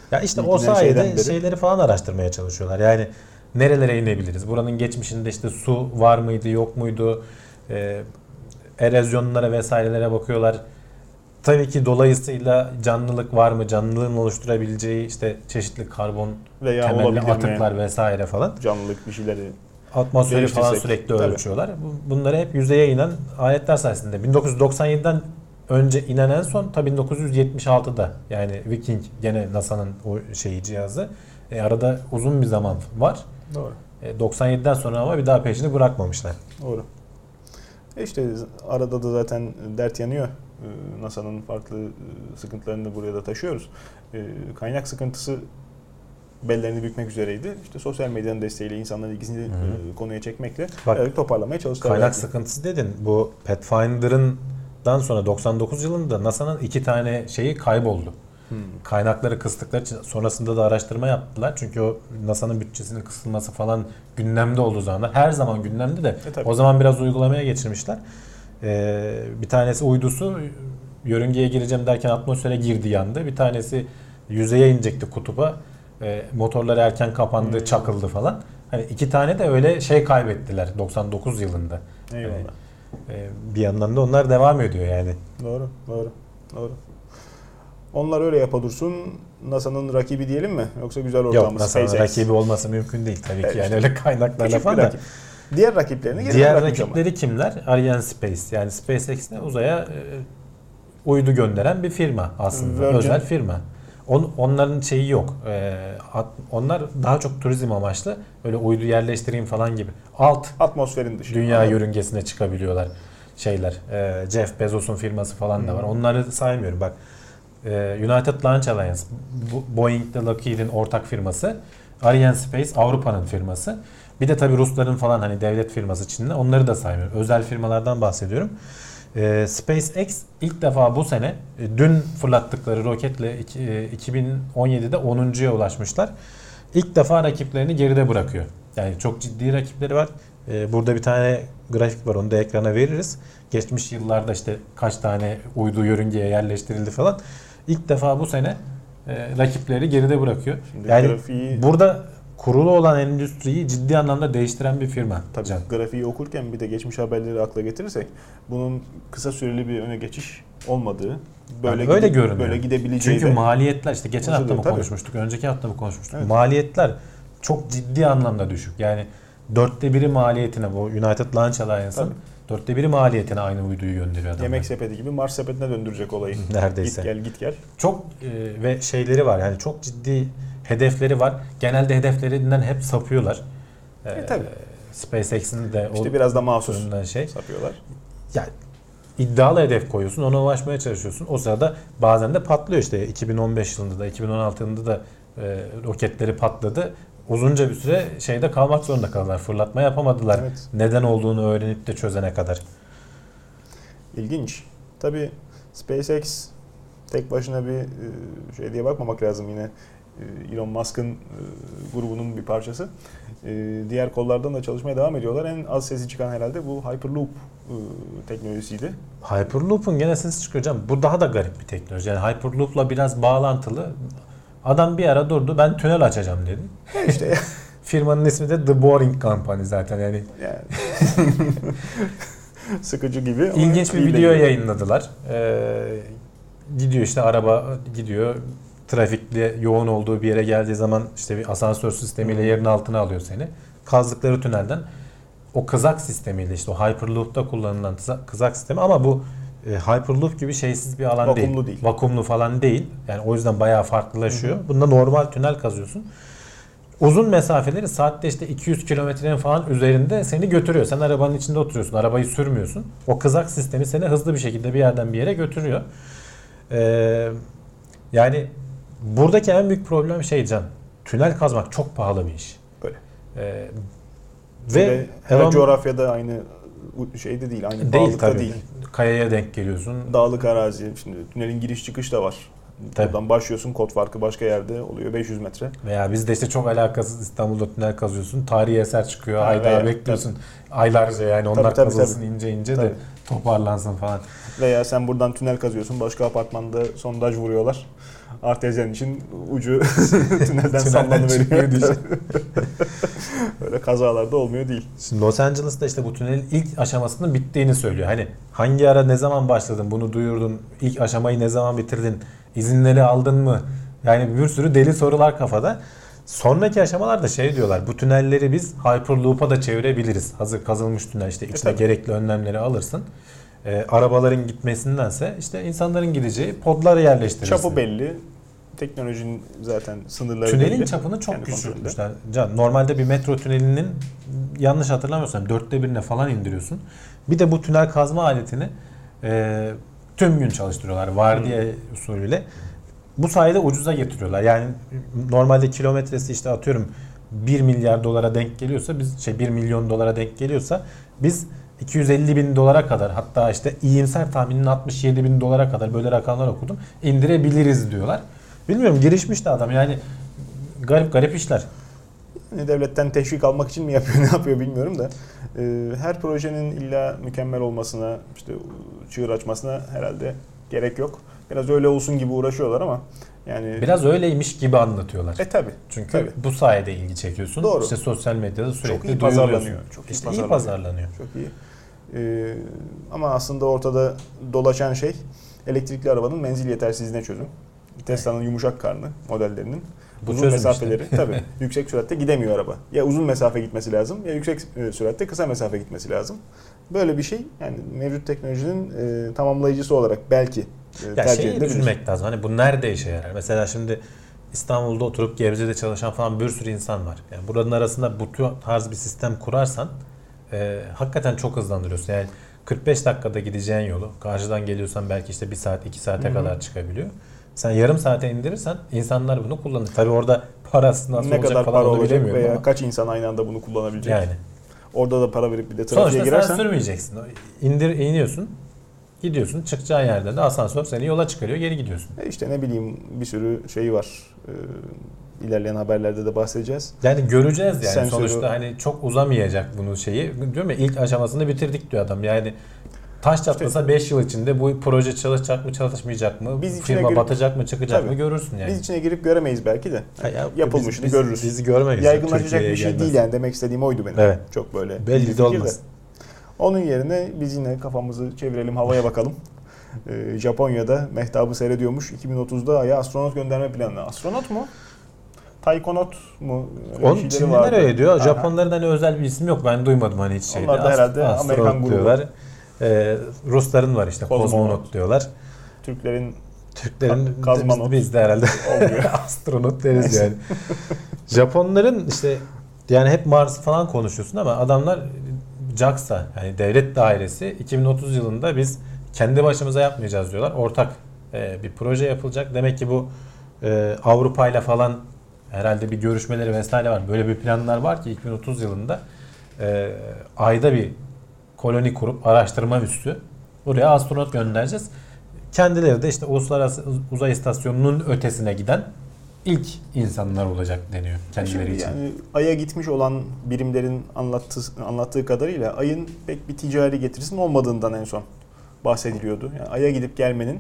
Ya işte o sayede şeyleri falan araştırmaya çalışıyorlar. Yani nerelere inebiliriz? Buranın geçmişinde işte su var mıydı, yok muydu? Ee, erozyonlara vesairelere bakıyorlar. Tabii ki dolayısıyla canlılık var mı? Canlılığın oluşturabileceği işte çeşitli karbon veya temelli atıklar mi? Vesaire falan. Canlılık bir şeyleri. Atmosferi falan sürekli ölçüyorlar. Bunları hep yüzeye inen aletler sayesinde. bin dokuz yüz doksan yediden önce inen en son tabii bin dokuz yüz yetmiş altıda, yani Viking gene NASA'nın o şeyi cihazı. E, arada uzun bir zaman var. Doğru. E, doksan yediden sonra ama bir daha peşini bırakmamışlar. Doğru. E işte arada da zaten dert yanıyor. NASA'nın farklı sıkıntılarını buraya da taşıyoruz. Kaynak sıkıntısı bellerini bükmek üzereydi. İşte sosyal medyanın desteğiyle insanların ilgisini Hı-hı. konuya çekmekle Bak, toparlamaya çalıştılar. Kaynak belki. Sıkıntısı dedin. Bu Pathfinder'ın dan sonra doksan dokuz yılında NASA'nın iki tane şeyi kayboldu. Hmm. Kaynakları kıstıkları için sonrasında da araştırma yaptılar. Çünkü o NASA'nın bütçesinin kısılması falan gündemde olduğu zamanlar. Her zaman gündemde de e, o zaman biraz uygulamaya geçirmişler. Ee, bir tanesi uydusu yörüngeye gireceğim derken atmosfere girdi, yandı. Bir tanesi yüzeye inecekti kutuba. E, motorları erken kapandı, hmm. çakıldı falan. Hani iki tane de öyle şey kaybettiler doksan dokuz yılında. Eyvallah. Yani, e, bir yandan da onlar devam ediyor yani. Doğru, doğru, doğru. Onlar öyle yapa dursun. NASA'nın rakibi diyelim mi? Yoksa güzel ortağımız Yok, NASA'nın rakibi olması mümkün değil tabii ki. Evet. Yani öyle kaynaklarla falan da. Rakip. Diğer rakiplerini geri Diğer rakipleri ama. Kimler? Arianespace. Yani SpaceX'e uzaya e, uydu gönderen bir firma aslında. Virgin. Özel firma. On, onların şeyi yok. Ee, at, onlar daha çok turizm amaçlı. Öyle uydu yerleştireyim falan gibi. Alt atmosferin dışı. Dünya Anladım. Yörüngesine çıkabiliyorlar şeyler. Ee, Jeff Bezos'un firması falan hmm. da var. Onları saymıyorum. Bak e, United Launch Alliance, Boeing ile Lockheed'in ortak firması. Arianespace Avrupa'nın firması. Bir de tabii Rusların falan hani devlet firması Çin'de. Onları da saymıyorum. Özel firmalardan bahsediyorum. Ee, SpaceX ilk defa bu sene e, dün fırlattıkları roketle e, iki bin on yedide onuncuya ulaşmışlar. İlk defa rakiplerini geride bırakıyor. Yani çok ciddi rakipleri var. Ee, burada bir tane grafik var, onu da ekrana veririz. Geçmiş yıllarda işte kaç tane uydu yörüngeye yerleştirildi falan. İlk defa bu sene e, rakipleri geride bırakıyor. Şimdi yani grafiği... burada kurulu olan endüstriyi ciddi anlamda değiştiren bir firma. Tabii Can. Grafiği okurken bir de geçmiş haberleri akla getirirsek bunun kısa süreli bir öne geçiş olmadığı, böyle yani öyle görünüyor. Böyle gidebileceği. Çünkü de maliyetler işte geçen hafta mı tabii. konuşmuştuk, önceki hafta mı konuşmuştuk? Evet. Maliyetler çok ciddi anlamda düşük. Yani dörtte biri maliyetine, bu United Launch Alliance'ın dörtte biri maliyetine aynı uyduyu gönderiyor adamlar. Yemek sepeti gibi Mars sepetine döndürecek olayı. Neredeyse. Git gel git gel. Çok e, ve şeyleri var yani, çok ciddi hedefleri var. Genelde hedeflerinden hep sapıyorlar. Ee, e, tabii. SpaceX'in de işte o biraz da mahsus şey. sapıyorlar. Yani iddialı hedef koyuyorsun, ona ulaşmaya çalışıyorsun. O sırada bazen de patlıyor işte. iki bin on beş yılında da iki bin on altı yılında da e, roketleri patladı. Uzunca bir süre şeyde kalmak zorunda kaldılar. Fırlatma yapamadılar. Evet. Neden olduğunu öğrenip de çözene kadar. İlginç. Tabii SpaceX tek başına bir şey diye bakmamak lazım yine. Elon Musk'ın grubunun bir parçası. Diğer kollardan da çalışmaya devam ediyorlar. En az sesi çıkan herhalde bu Hyperloop teknolojisiydi. Hyperloop'un gene sesi çıkıyor canım. Bu daha da garip bir teknoloji. Yani Hyperloop'la biraz bağlantılı. Adam bir ara durdu. Ben tünel açacağım dedi. İşte firmanın ismi de The Boring Company zaten yani. yani. Sıkıcı gibi. İlginç bir video yayınladılar. Ee, gidiyor işte araba gidiyor. Trafikli yoğun olduğu bir yere geldiği zaman işte bir asansör sistemiyle yerin altına alıyor seni. Kazdıkları tünelden o kızak sistemiyle, işte o Hyperloop'ta kullanılan kızak sistemi, ama bu e, Hyperloop gibi şeysiz bir alan Vakumlu değil. değil. Vakumlu falan değil. Yani o yüzden bayağı farklılaşıyor. Hı hı. Bunda normal tünel kazıyorsun. Uzun mesafeleri saatte işte iki yüz kilometrenin falan üzerinde seni götürüyor. Sen arabanın içinde oturuyorsun. Arabayı sürmüyorsun. O kızak sistemi seni hızlı bir şekilde bir yerden bir yere götürüyor. Ee, yani buradaki en büyük problem şey Can. Tünel kazmak çok pahalı bir iş. Böyle. Ee, ve her Elon, coğrafyada aynı şeyde değil, aynı değil, bağlıkta tabii. değil. Kayaya denk geliyorsun. Dağlık arazi. Şimdi tünelin giriş çıkış da var. Tabii. Buradan başlıyorsun, kod farkı başka yerde oluyor, beş yüz metre. Veya bizde işte çok alakasız İstanbul'da tünel kazıyorsun. Tarihi eser çıkıyor. Ayda bekliyorsun. Tabii. Aylarca yani onlar tabii, tabii, kazılsın tabii. ince ince tabii. de toparlansın falan. Veya sen buradan tünel kazıyorsun. Başka apartmanda sondaj vuruyorlar. Artezyen için ucu tünelden sallanıveriyor. Öyle kazalarda olmuyor değil. Şimdi Los Angeles'ta işte bu tünelin ilk aşamasının bittiğini söylüyor. Hani hangi ara ne zaman başladın, bunu duyurdun, ilk aşamayı ne zaman bitirdin, izinleri aldın mı? Yani bir sürü deli sorular kafada. Sonraki aşamalarda şey diyorlar, bu tünelleri biz Hyperloop'a da çevirebiliriz. Hazır kazılmış tünel, işte içine e, gerekli önlemleri alırsın. E, arabaların gitmesindense işte insanların gideceği podlara yerleştirirsin. Çapı belli. Teknolojinin zaten sınırları Tünelin belli. çapını çok küçültmüşler. Can, normalde bir metro tünelinin yanlış hatırlamıyorsam dörtte birine falan indiriyorsun. Bir de bu tünel kazma aletini e, tüm gün çalıştırıyorlar vardiya hmm. usulüyle. Bu sayede ucuza getiriyorlar. Yani normalde kilometresi işte atıyorum bir milyar dolara denk geliyorsa biz şey bir milyon dolara denk geliyorsa biz iki yüz elli bin dolara kadar, hatta işte iyimser tahminin altmış yedi bin dolara kadar böyle rakamlar okudum, indirebiliriz diyorlar. Bilmiyorum, girişmiş de adam yani, garip garip işler. Yani devletten teşvik almak için mi yapıyor, ne yapıyor bilmiyorum da her projenin illa mükemmel olmasına, işte çığır açmasına herhalde gerek yok. Biraz öyle olsun gibi uğraşıyorlar ama yani biraz öyleymiş gibi anlatıyorlar. E tabi. Çünkü tabii. bu sayede ilgi çekiyorsun. Doğru. İşte sosyal medyada sürekli çok iyi duyuruyorsun. pazarlanıyor. Çok iyi işte pazarlanıyor. iyi pazarlanıyor. Çok iyi. Ee, ama aslında ortada dolaşan şey elektrikli arabanın menzil yetersizliğine çözüm. Tesla'nın yumuşak karnı modellerinin bu uzun mesafeleri işte. Tabii yüksek süratte gidemiyor araba. Ya uzun mesafe gitmesi lazım ya yüksek süratte kısa mesafe gitmesi lazım. Böyle bir şey yani mevcut teknolojinin e, tamamlayıcısı olarak belki e, ya tercih şeyi edilebilir. düşünmek lazım. Hani bu nerede işe yarar? Mesela şimdi İstanbul'da oturup Gebze'de çalışan falan bir sürü insan var. Yani buranın arasında bu tarz bir sistem kurarsan e, hakikaten çok hızlandırıyorsun. Yani kırk beş dakikada gideceğin yolu karşıdan geliyorsan belki işte bir saat iki saate Hı-hı. kadar çıkabiliyor. Sen yarım saate indirirsen insanlar bunu kullanır. Tabii orada parası nasıl ne olacak kadar falan para olacak bilemiyorum veya ama. Kaç insan aynı anda bunu kullanabilecek. Yani. Orada da para verip bir de trafiğe Sonuçta girersen. Sonuçta sen sürmeyeceksin. İndir, iniyorsun, gidiyorsun, çıkacağın yerde de asansör seni yola çıkarıyor, geri gidiyorsun. E işte ne bileyim bir sürü şey var. Ee, ilerleyen haberlerde de bahsedeceğiz. Yani göreceğiz yani. Sensörü... Sonuçta hani çok uzamayacak bunun şeyi. Diyorum ya, ilk aşamasını bitirdik diyor adam. Yani taş çatlasa beş işte, yıl içinde bu proje çalışacak mı çalışmayacak mı? Biz firma girip, batacak mı çıkacak tabii, mı görürsün yani. Biz içine girip göremeyiz belki de. Yani ya, yapılmışını biz, görürüz. Bizi görmeyiz. Yaygınlaşacak bir şey gelmez. Değil yani, demek istediğim oydu benim. Evet. Çok böyle. Belli de olmaz. Onun yerine biz yine kafamızı çevirelim, havaya bakalım. Ee, Japonya'da Mehtap'ı seyrediyormuş. iki bin otuzda Ay'a astronot gönderme planı. Astronot mu? Taykonot mu? Onun Çinliler öyle diyor. Japonların hani özel bir isim yok. Ben duymadım hani hiç şeyde. Onlar da herhalde Ast- Amerikan grubu. Diyorlar. Ee, Rusların var işte. Kozmonot diyorlar. Türklerin Türklerin Kazmanot. Biz de herhalde astronot deriz yani. Japonların işte yani hep Mars falan konuşuyorsun ama adamlar JAXA yani devlet dairesi iki bin otuz yılında biz kendi başımıza yapmayacağız diyorlar. Ortak e, bir proje yapılacak. Demek ki bu e, Avrupa ile falan herhalde bir görüşmeleri vesaire var. Böyle bir planlar var ki iki bin otuz yılında e, ayda bir koloni kurup araştırma üssü buraya astronot göndereceğiz. Kendileri de işte Uluslararası Uzay İstasyonu'nun ötesine giden ilk insanlar olacak deniyor kendileri Şimdi için. Yani Ay'a gitmiş olan birimlerin anlattığı, anlattığı kadarıyla Ay'ın pek bir ticari getirisinin olmadığından en son bahsediliyordu. Yani Ay'a gidip gelmenin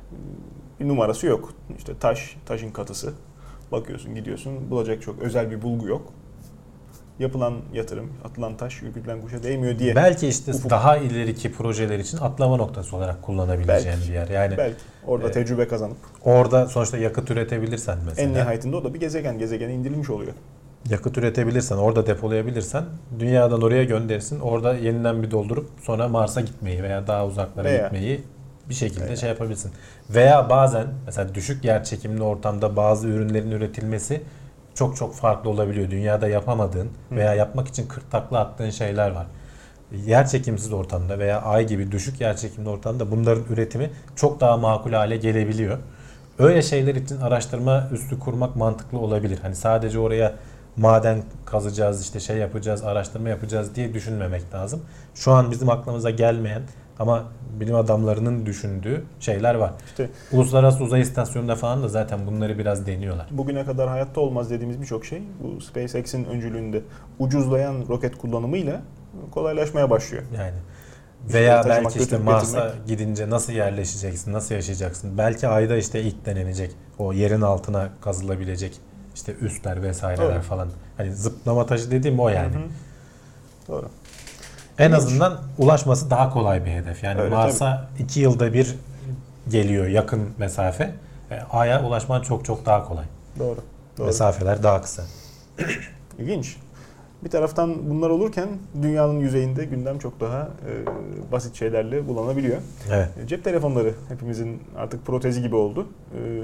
bir numarası yok. İşte taş, taşın katısı. Bakıyorsun, gidiyorsun, bulacak çok özel bir bulgu yok. Yapılan yatırım, atılan taş ürkütülen kuşa değmiyor diye. Belki işte ufuk. Daha ileriki projeler için atlama noktası olarak kullanabileceğin belki, bir yer. Yani belki orada e, tecrübe kazanıp. Orada sonuçta yakıt üretebilirsen mesela. En nihayetinde o da bir gezegen, gezegene indirilmiş oluyor. Yakıt üretebilirsen, orada depolayabilirsen dünyadan oraya gönderirsin. Orada yeniden bir doldurup sonra Mars'a gitmeyi veya daha uzaklara veya, gitmeyi bir şekilde veya. şey yapabilirsin. Veya bazen mesela düşük yerçekimli ortamda bazı ürünlerin üretilmesi çok çok farklı olabiliyor. Dünyada yapamadığın veya yapmak için kırk takla attığın şeyler var. Yerçekimsiz ortamda veya ay gibi düşük yerçekimli ortamda bunların üretimi çok daha makul hale gelebiliyor. Öyle şeyler için araştırma üssü kurmak mantıklı olabilir. Hani sadece oraya maden kazacağız, işte şey yapacağız, araştırma yapacağız diye düşünmemek lazım. Şu an bizim aklımıza gelmeyen ama bilim adamlarının düşündüğü şeyler var. İşte Uluslararası Uzay İstasyonu'nda falan da zaten bunları biraz deniyorlar. Bugüne kadar hayatta olmaz dediğimiz birçok şey bu SpaceX'in öncülüğünde ucuzlayan roket kullanımıyla kolaylaşmaya başlıyor. Yani Veya belki işte Mars'a gidince nasıl yerleşeceksin, nasıl yaşayacaksın? Belki Ay'da işte ilk denenecek. O yerin altına kazılabilecek işte üsler vesaireler Doğru. falan. Hani zıplama taşı dediğim o yani. Hı hı. Doğru. En Hiç. azından ulaşması daha kolay bir hedef. Yani Öyle, Mars'a tabii. iki yılda bir geliyor yakın mesafe. Ay'a ulaşman çok çok daha kolay. Doğru. Doğru. Mesafeler daha kısa. İlginç. Bir taraftan bunlar olurken dünyanın yüzeyinde gündem çok daha e, basit şeylerle bulanabiliyor. Evet. E, cep telefonları hepimizin artık protezi gibi oldu. E,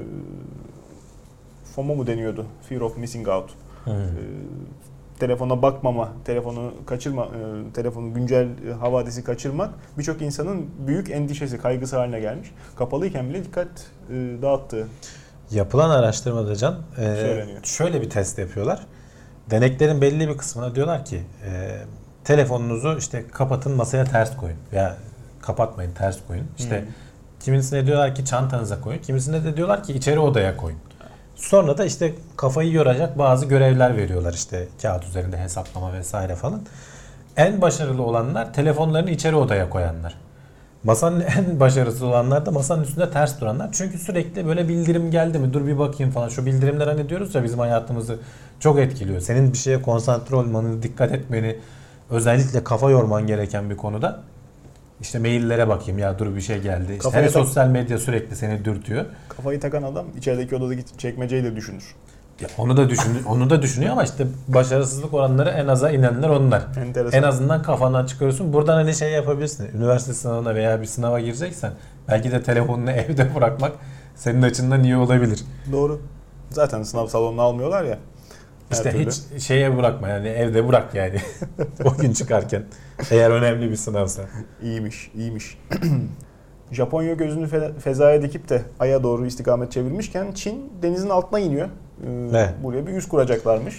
FOMO mu deniyordu? Fear of Missing Out. Hmm. E, telefona bakmama, telefonu kaçırma, e, telefonu güncel e, havadisi kaçırmak birçok insanın büyük endişesi, kaygısı haline gelmiş. Kapalıyken bile dikkat e, dağıttığı. Yapılan araştırmada Can, e, şöyle bir test yapıyorlar. Deneklerin belli bir kısmına diyorlar ki e, telefonunuzu işte kapatın, masaya ters koyun veya kapatmayın, ters koyun. İşte hmm. kimisine diyorlar ki çantanıza koyun, kimisine de diyorlar ki içeri odaya koyun. Sonra da işte kafayı yoracak bazı görevler veriyorlar, işte kağıt üzerinde hesaplama vesaire falan. En başarılı olanlar telefonlarını içeri odaya koyanlar. Masanın en başarısız olanlar da masanın üstünde ters duranlar. Çünkü sürekli böyle bildirim geldi mi dur bir bakayım falan. Şu bildirimler hani diyoruz ya bizim hayatımızı çok etkiliyor. Senin bir şeye konsantre olmanı, dikkat etmeni, özellikle kafa yorman gereken bir konuda. İşte maillere bakayım ya dur bir şey geldi. İşte her sosyal medya sürekli seni dürtüyor. Kafayı takan adam içerideki odadaki çekmeceyi de düşünür. Ya onu da düşün, onu da düşünüyor ama işte başarısızlık oranları en aza inenler onlar. Enteresan. En azından kafandan çıkarıyorsun. Buradan hani şey yapabilirsin. Üniversite sınavına veya bir sınava gireceksen belki de telefonunu evde bırakmak senin açından iyi olabilir. Doğru. Zaten sınav salonuna almıyorlar ya. İşte türlü. Hiç şeye bırakma yani evde bırak yani o gün çıkarken eğer önemli bir sınavsa. İyiymiş, iyiymiş. Japonya gözünü fe- fezaya dikip de Ay'a doğru istikamet çevirmişken Çin denizin altına iniyor. Ee, buraya bir üs kuracaklarmış.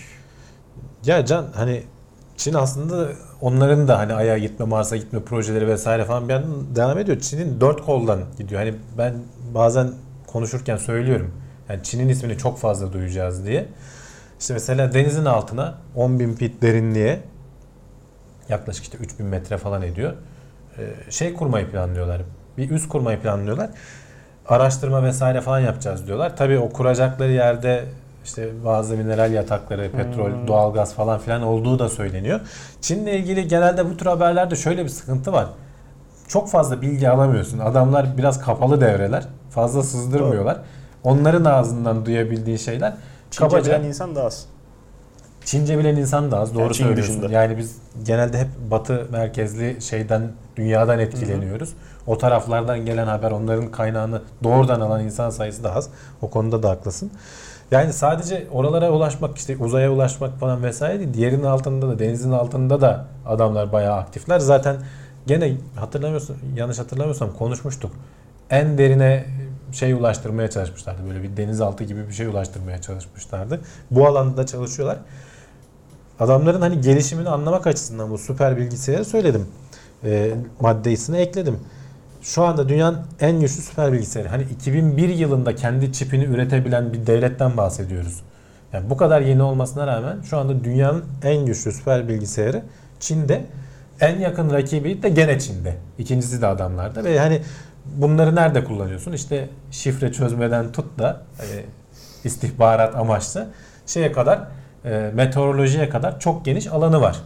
Ya Can hani Çin aslında onların da hani Ay'a gitme, Mars'a gitme projeleri vesaire falan bir yandan devam ediyor. Çin'in dört koldan gidiyor. Hani ben bazen konuşurken söylüyorum. Yani Çin'in ismini çok fazla duyacağız diye. İşte mesela denizin altına on bin feet derinliğe yaklaşık işte üç bin metre falan ediyor. Ee, şey kurmayı planlıyorlar. Bir üs kurmayı planlıyorlar. Araştırma vesaire falan yapacağız diyorlar. Tabii o kuracakları yerde işte bazı mineral yatakları, petrol, hmm. doğalgaz falan filan olduğu da söyleniyor. Çin'le ilgili genelde bu tür haberlerde şöyle bir sıkıntı var. Çok fazla bilgi alamıyorsun. Adamlar biraz kapalı devreler. Fazla sızdırmıyorlar. Doğru. Onların ağzından duyabildiğin şeyler Çince kabaca, bilen insan da az. Çince bilen insan da az. Doğru yani söylüyorsun. Dışında. Yani biz genelde hep batı merkezli şeyden, dünyadan etkileniyoruz. Hı hı. O taraflardan gelen haber, onların kaynağını doğrudan alan insan sayısı da az. O konuda da haklısın. Yani sadece oralara ulaşmak, işte uzaya ulaşmak falan vesaire değil. Yerin altında da, denizin altında da adamlar bayağı aktifler. Zaten gene hatırlamıyorsam, yanlış hatırlamıyorsam konuşmuştuk. En derine şey ulaştırmaya çalışmışlardı. Böyle bir denizaltı gibi bir şey ulaştırmaya çalışmışlardı. Bu alanda da çalışıyorlar. Adamların hani gelişimini anlamak açısından bu süper bilgisayarı söyledim. E, madde ismini ekledim. Şu anda dünyanın en güçlü süper bilgisayarı. Hani iki bin bir yılında kendi çipini üretebilen bir devletten bahsediyoruz. Yani bu kadar yeni olmasına rağmen şu anda dünyanın en güçlü süper bilgisayarı Çin'de. En yakın rakibi de gene Çin'de. İkincisi de adamlarda ve hani bunları nerede kullanıyorsun? İşte şifre çözmeden tut da e, istihbarat amaçlı şeye kadar e, meteorolojiye kadar çok geniş alanı var.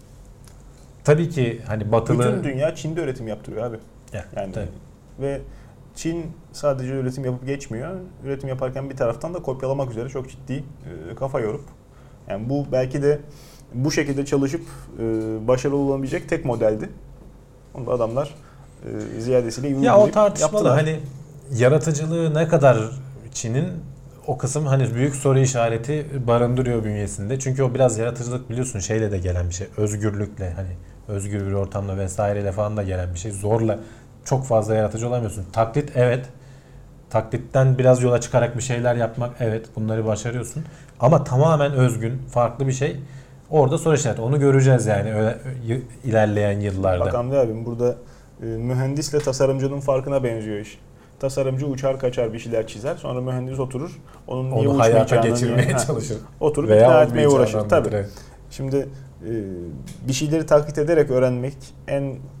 Tabii ki hani batılı... Bütün dünya Çin'de üretim yaptırıyor abi. Ya, yani tabii. Ve Çin sadece üretim yapıp geçmiyor. Üretim yaparken bir taraftan da kopyalamak üzere çok ciddi e, kafa yorup. Yani bu belki de bu şekilde çalışıp e, başarılı olabilecek tek modeldi. Onu da adamlar e, ziyadesiyle iyi ya o tartışmalı yaptılar. Hani yaratıcılığı ne kadar Çin'in o kısım hani büyük soru işareti barındırıyor bünyesinde. Çünkü o biraz yaratıcılık biliyorsun şeyle de gelen bir şey. Özgürlükle hani özgür bir ortamla vesaireyle falan da gelen bir şey. Zorla çok fazla yaratıcı olamıyorsun. Taklit evet. Taklitten biraz yola çıkarak bir şeyler yapmak evet. Bunları başarıyorsun. Ama tamamen özgün, farklı bir şey. Orada soru işareti. Onu göreceğiz yani öyle, ilerleyen yıllarda. Bak Hamdi abim burada e, mühendisle tasarımcının farkına benziyor iş. Tasarımcı uçar kaçar bir şeyler çizer. Sonra mühendis oturur. Onun niye onu hayata geçirmeye niye, çalışır. Oturup ikna etmeye uğraşır. Tabii. Şimdi e, bir şeyleri taklit ederek öğrenmek en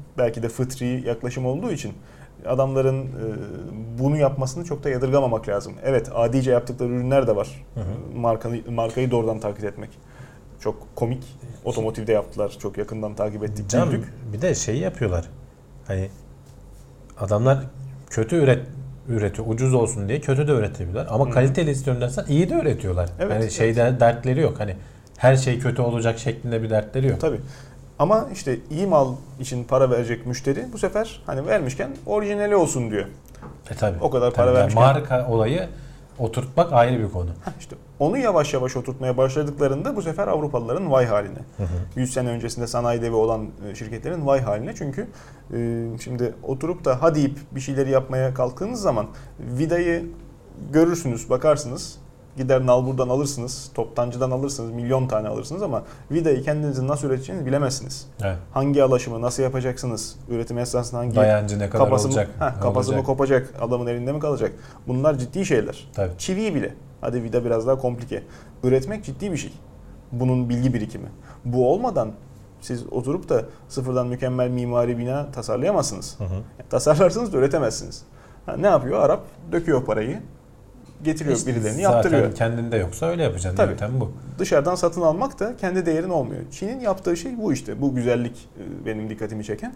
belki de fıtri yaklaşım olduğu için adamların bunu yapmasını çok da yadırgamamak lazım. Evet, adice yaptıkları ürünler de var. Hı hı. Markayı, markayı doğrudan takip etmek. Çok komik. Otomotivde yaptılar. Çok yakından takip ettik. Can, bir de şeyi yapıyorlar. Hani adamlar kötü üret üretiyor. Ucuz olsun diye kötü de üretebiliyorlar. Ama Hı-hı. kaliteli istiyorum dersen iyi de üretiyorlar. Evet, yani şeyde evet. dertleri yok. Hani her şey kötü olacak şeklinde bir dertleri yok. Tabii. Ama işte iyi mal için para verecek müşteri bu sefer hani vermişken orijinali olsun diyor. E tabii. O kadar tabii para yani vermişken. Marka olayı oturtmak ayrı bir konu. İşte onu yavaş yavaş oturtmaya başladıklarında bu sefer Avrupalıların vay haline. Hı hı. yüz sene öncesinde sanayi devi olan şirketlerin vay haline. Çünkü e, şimdi oturup da ha deyip bir şeyleri yapmaya kalktığınız zaman vidayı görürsünüz, bakarsınız. Gider nalburdan alırsınız, toptancıdan alırsınız, milyon tane alırsınız ama vidayı kendinizin nasıl üreteceğinizi bilemezsiniz. Evet. Hangi alaşımı nasıl yapacaksınız? Üretim esnasında hangi dayancı ne kadar kapası olacak? Mı, heh, kapası mı kopacak? Adamın elinde mi kalacak? Bunlar ciddi şeyler. Tabii. Çivi bile. Hadi vida biraz daha komplike. Üretmek ciddi bir şey. Bunun bilgi birikimi. Bu olmadan siz oturup da sıfırdan mükemmel mimari bina tasarlayamazsınız. Hı hı. Yani tasarlarsınız da üretemezsiniz. Ha, ne yapıyor? Arap döküyor parayı. Getiriyor işte birilerini yaptırıyor. Zaten kendinde yoksa öyle yapacaksın. Tabii. Yöntem bu. Dışarıdan satın almak da kendi değerin olmuyor. Çin'in yaptığı şey bu işte. Bu güzellik benim dikkatimi çeken.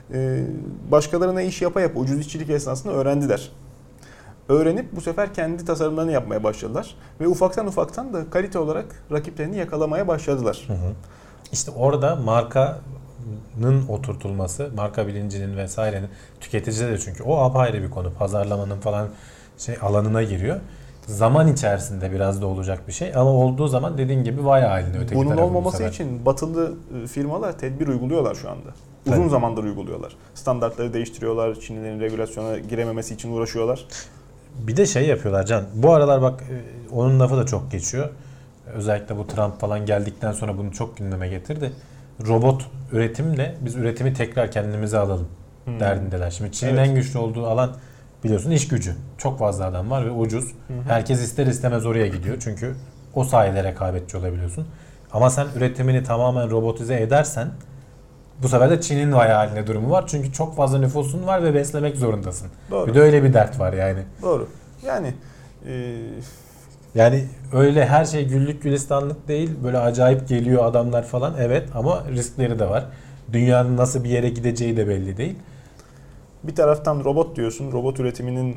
Başkalarına iş yapa yapa ucuz işçilik esnasında öğrendiler. Öğrenip bu sefer kendi tasarımlarını yapmaya başladılar. Ve ufaktan ufaktan da kalite olarak rakiplerini yakalamaya başladılar. Hı hı. İşte orada markanın oturtulması, marka bilincinin vesairenin tüketicide de çünkü o apayrı bir konu. Pazarlamanın falan şey alanına giriyor. Zaman içerisinde biraz da olacak bir şey ama olduğu zaman dediğin gibi vay haline öteki Bunun olmaması için batılı firmalar tedbir uyguluyorlar şu anda. Uzun Tabii. zamandır uyguluyorlar. Standartları değiştiriyorlar. Çinlilerin regülasyona girememesi için uğraşıyorlar. Bir de şey yapıyorlar Can. Bu aralar bak onun lafı da çok geçiyor. Özellikle bu Trump falan geldikten sonra bunu çok gündeme getirdi. Robot üretimle biz üretimi tekrar kendimize alalım hmm. derdindeler. Şimdi Çin'in evet. en güçlü olduğu alan biliyorsun iş gücü. Çok fazla adam var ve ucuz. Hı hı. Herkes ister istemez oraya gidiyor. Çünkü o sayede rekabetçi olabiliyorsun. Ama sen üretimini tamamen robotize edersen bu sefer de Çin'in vay haline durumu var. Çünkü çok fazla nüfusun var ve beslemek zorundasın. Doğru. Bir de öyle bir dert var yani. Doğru. Yani e... yani öyle her şey güllük gülistanlık değil. Böyle acayip geliyor adamlar falan. Evet ama riskleri de var. Dünyanın nasıl bir yere gideceği de belli değil. Bir taraftan robot diyorsun. Robot üretiminin e,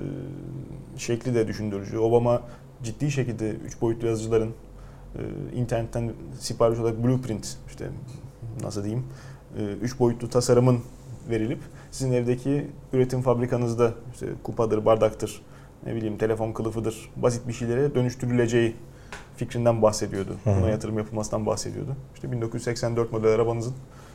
şekli de düşündürücü. Obama ciddi şekilde üç boyutlu yazıcıların e, internetten sipariş olarak blueprint işte nasıl diyeyim e, üç boyutlu tasarımın verilip sizin evdeki üretim fabrikanızda işte kupadır, bardaktır, ne bileyim telefon kılıfıdır, basit bir şeylere dönüştürüleceği fikrinden bahsediyordu. Buna yatırım yapılmasından bahsediyordu. İşte bin dokuz yüz seksen dört model arabanızın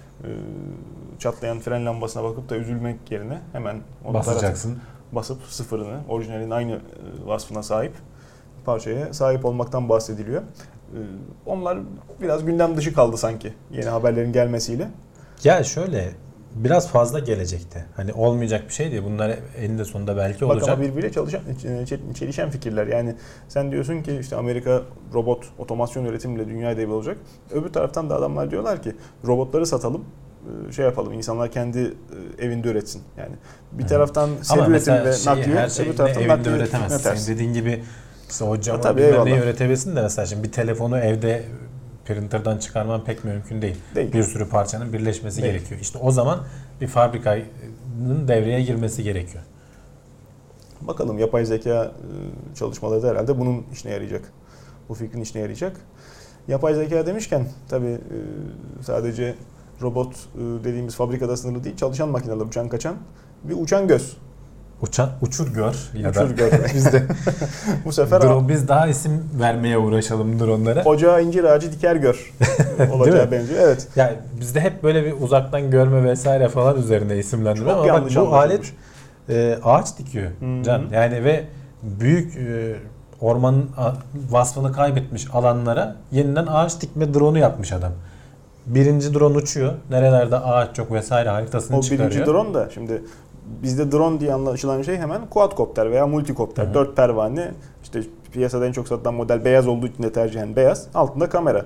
çatlayan fren lambasına bakıp da üzülmek yerine hemen onu basacaksın. Basıp sıfırını, orijinalin aynı vasfına sahip parçaya sahip olmaktan bahsediliyor. Onlar biraz gündem dışı kaldı sanki yeni haberlerin gelmesiyle. Ya şöyle biraz fazla gelecekte. Hani olmayacak bir şey değil. Bunlar eninde sonunda belki olacak. Bak ama birbiriyle çalışan, çelişen fikirler. Yani sen diyorsun ki işte Amerika robot otomasyon üretimiyle dünya devi olacak. Öbür taraftan da adamlar diyorlar ki robotları satalım, şey yapalım. İnsanlar kendi evinde üretsin. Yani bir taraftan seri üretim ve nakliye, her şeyi öbür taraftan evinde üretemezsin. Senin dediğin gibi işte o camı ha, bilmem neyi üretebilirsin de mesela şimdi bir telefonu evde printer'dan çıkarman pek mümkün değil. değil. Bir sürü parçanın birleşmesi değil. gerekiyor. İşte o zaman bir fabrikanın devreye girmesi gerekiyor. Bakalım yapay zeka çalışmaları da herhalde bunun işine yarayacak. Bu fikrin işine yarayacak. Yapay zeka demişken tabii sadece robot dediğimiz fabrikada sınırlı değil, çalışan makineler, uçan kaçan bir uçan göz. Uçan, uçur gör ya uçur da gör bizde. Bu sefer drone, biz daha isim vermeye uğraşalım drone'lara. Ocağa incir ağacı diker gör olacağı benziyor. Evet. Yani bizde hep böyle bir uzaktan görme vesaire falan üzerine isimlendirme ama bak, bu alet e, ağaç dikiyor hmm. Can. Yani ve büyük e, ormanın vasfını kaybetmiş alanlara yeniden ağaç dikme drone'u yapmış adam. Birinci drone uçuyor. Nerelerde ağaç çok vesaire haritasını o çıkarıyor. O birinci drone da şimdi bizde drone diye anlaşılan şey hemen quadcopter veya multikopter. Hı-hı. Dört pervane, işte piyasada en çok satılan model beyaz olduğu için de tercihen beyaz. Altında kamera.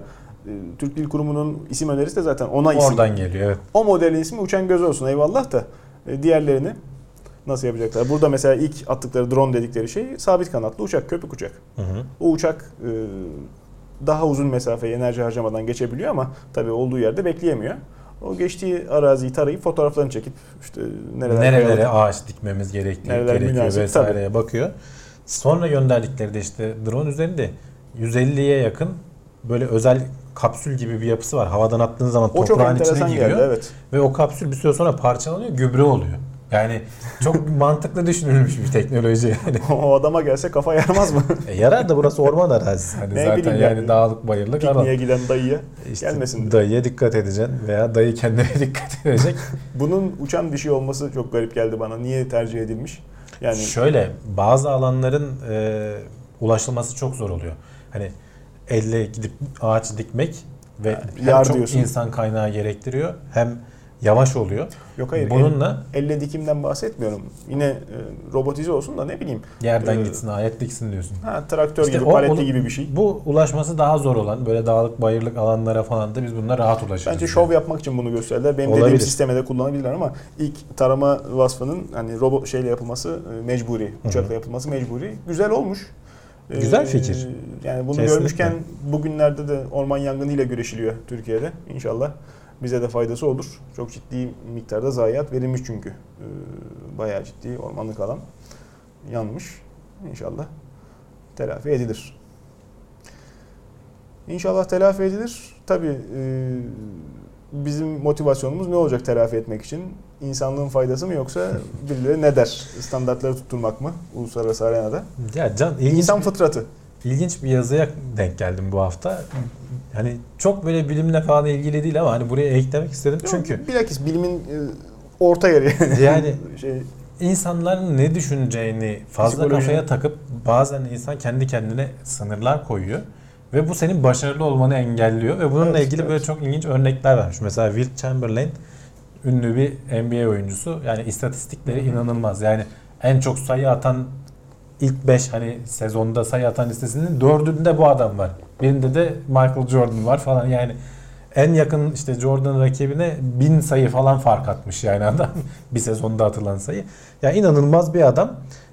Türk Dil Kurumu'nun isim önerisi de zaten ona isim. Oradan geliyor, evet. O modelin ismi uçan göz olsun, eyvallah da e, diğerlerini nasıl yapacaklar? Burada mesela ilk attıkları drone dedikleri şey sabit kanatlı uçak, köpük uçak. Hı hı. O uçak e, daha uzun mesafeyi enerji harcamadan geçebiliyor ama tabii olduğu yerde bekleyemiyor. O geçtiği araziyi tarayıp fotoğraflarını çekip işte nereler nerelere koyalım, ağaç dikmemiz gerektiği nereler gerekiyor münasip, vesaireye tabii. bakıyor. Sonra gönderdikleri de işte drone üzerinde yüz elliye yakın böyle özel kapsül gibi bir yapısı var. Havadan attığın zaman o toprağın içine giriyor. Geldi, evet. Ve o kapsül bir süre sonra parçalanıyor, gübre oluyor. Yani çok mantıklı düşünülmüş bir teknoloji yani. O adama gelse kafa yarmaz mı? E yarar da burası orman arazisi. Hani ne zaten yani, yani dağlık bayırlık alan. Pikniğe giden dayıya işte gelmesin. Dayıya dikkat edeceksin veya dayı kendine dikkat edecek. Bunun uçan bir şey olması çok garip geldi bana. Niye tercih edilmiş? Yani şöyle bazı alanların e, ulaşılması çok zor oluyor. Hani elle gidip ağaç dikmek ve yani hem çok diyorsun. insan kaynağı gerektiriyor hem yavaş oluyor. Yok hayır. Bununla el, elle dikimden bahsetmiyorum. Yine e, robotize olsun da ne bileyim. Yerden e, gitsin, alet diksin diyorsun. Ha, traktör işte gibi, o, paletli o, gibi bir şey. Bu ulaşması daha zor olan böyle dağlık bayırlık alanlara falan da biz bununla rahat ulaşırız. Bence şov yapmak için bunu gösterdiler. Benim Olabilir. dediğim sisteme de kullanabilirler ama ilk tarama vasfının hani robot şeyle yapılması mecburi, uçakla Hı-hı. yapılması mecburi. Güzel olmuş. Güzel fikir. Ee, yani bunu Kesinlikle. görmüşken bugünlerde de orman yangınıyla güreşiliyor Türkiye'de. İnşallah bize de faydası olur. Çok ciddi miktarda zayiat verilmiş çünkü. Ee, bayağı ciddi ormanlık alan yanmış. İnşallah telafi edilir. İnşallah telafi edilir. Tabii e, bizim motivasyonumuz ne olacak telafi etmek için? İnsanlığın faydası mı yoksa birileri ne der? Standartları tutturmak mı uluslararası arenada? Ya can, ilginç İnsan bir, fıtratı. İlginç bir yazıya denk geldim bu hafta. Hani çok böyle bilimle falan ilgili değil ama hani buraya eklemek istedim çünkü. Bilakis bilimin orta yeri yani. Yani şey, insanların ne düşüneceğini fazla Psikoloji. kafaya takıp bazen insan kendi kendine sınırlar koyuyor. Ve bu senin başarılı olmanı engelliyor. Ve bununla evet, ilgili evet. böyle çok ilginç örnekler varmış. Mesela Wilt Chamberlain ünlü bir N B A oyuncusu. Yani istatistikleri Hı-hı. inanılmaz. Yani en çok sayı atan ilk beş hani sezonda sayı atan listesinin dördünde bu adam var. Birinde de Michael Jordan var falan. Yani en yakın işte Jordan rakibine bin sayı falan fark atmış yani adam. Bir sezonda atılan sayı. Yani inanılmaz bir adam.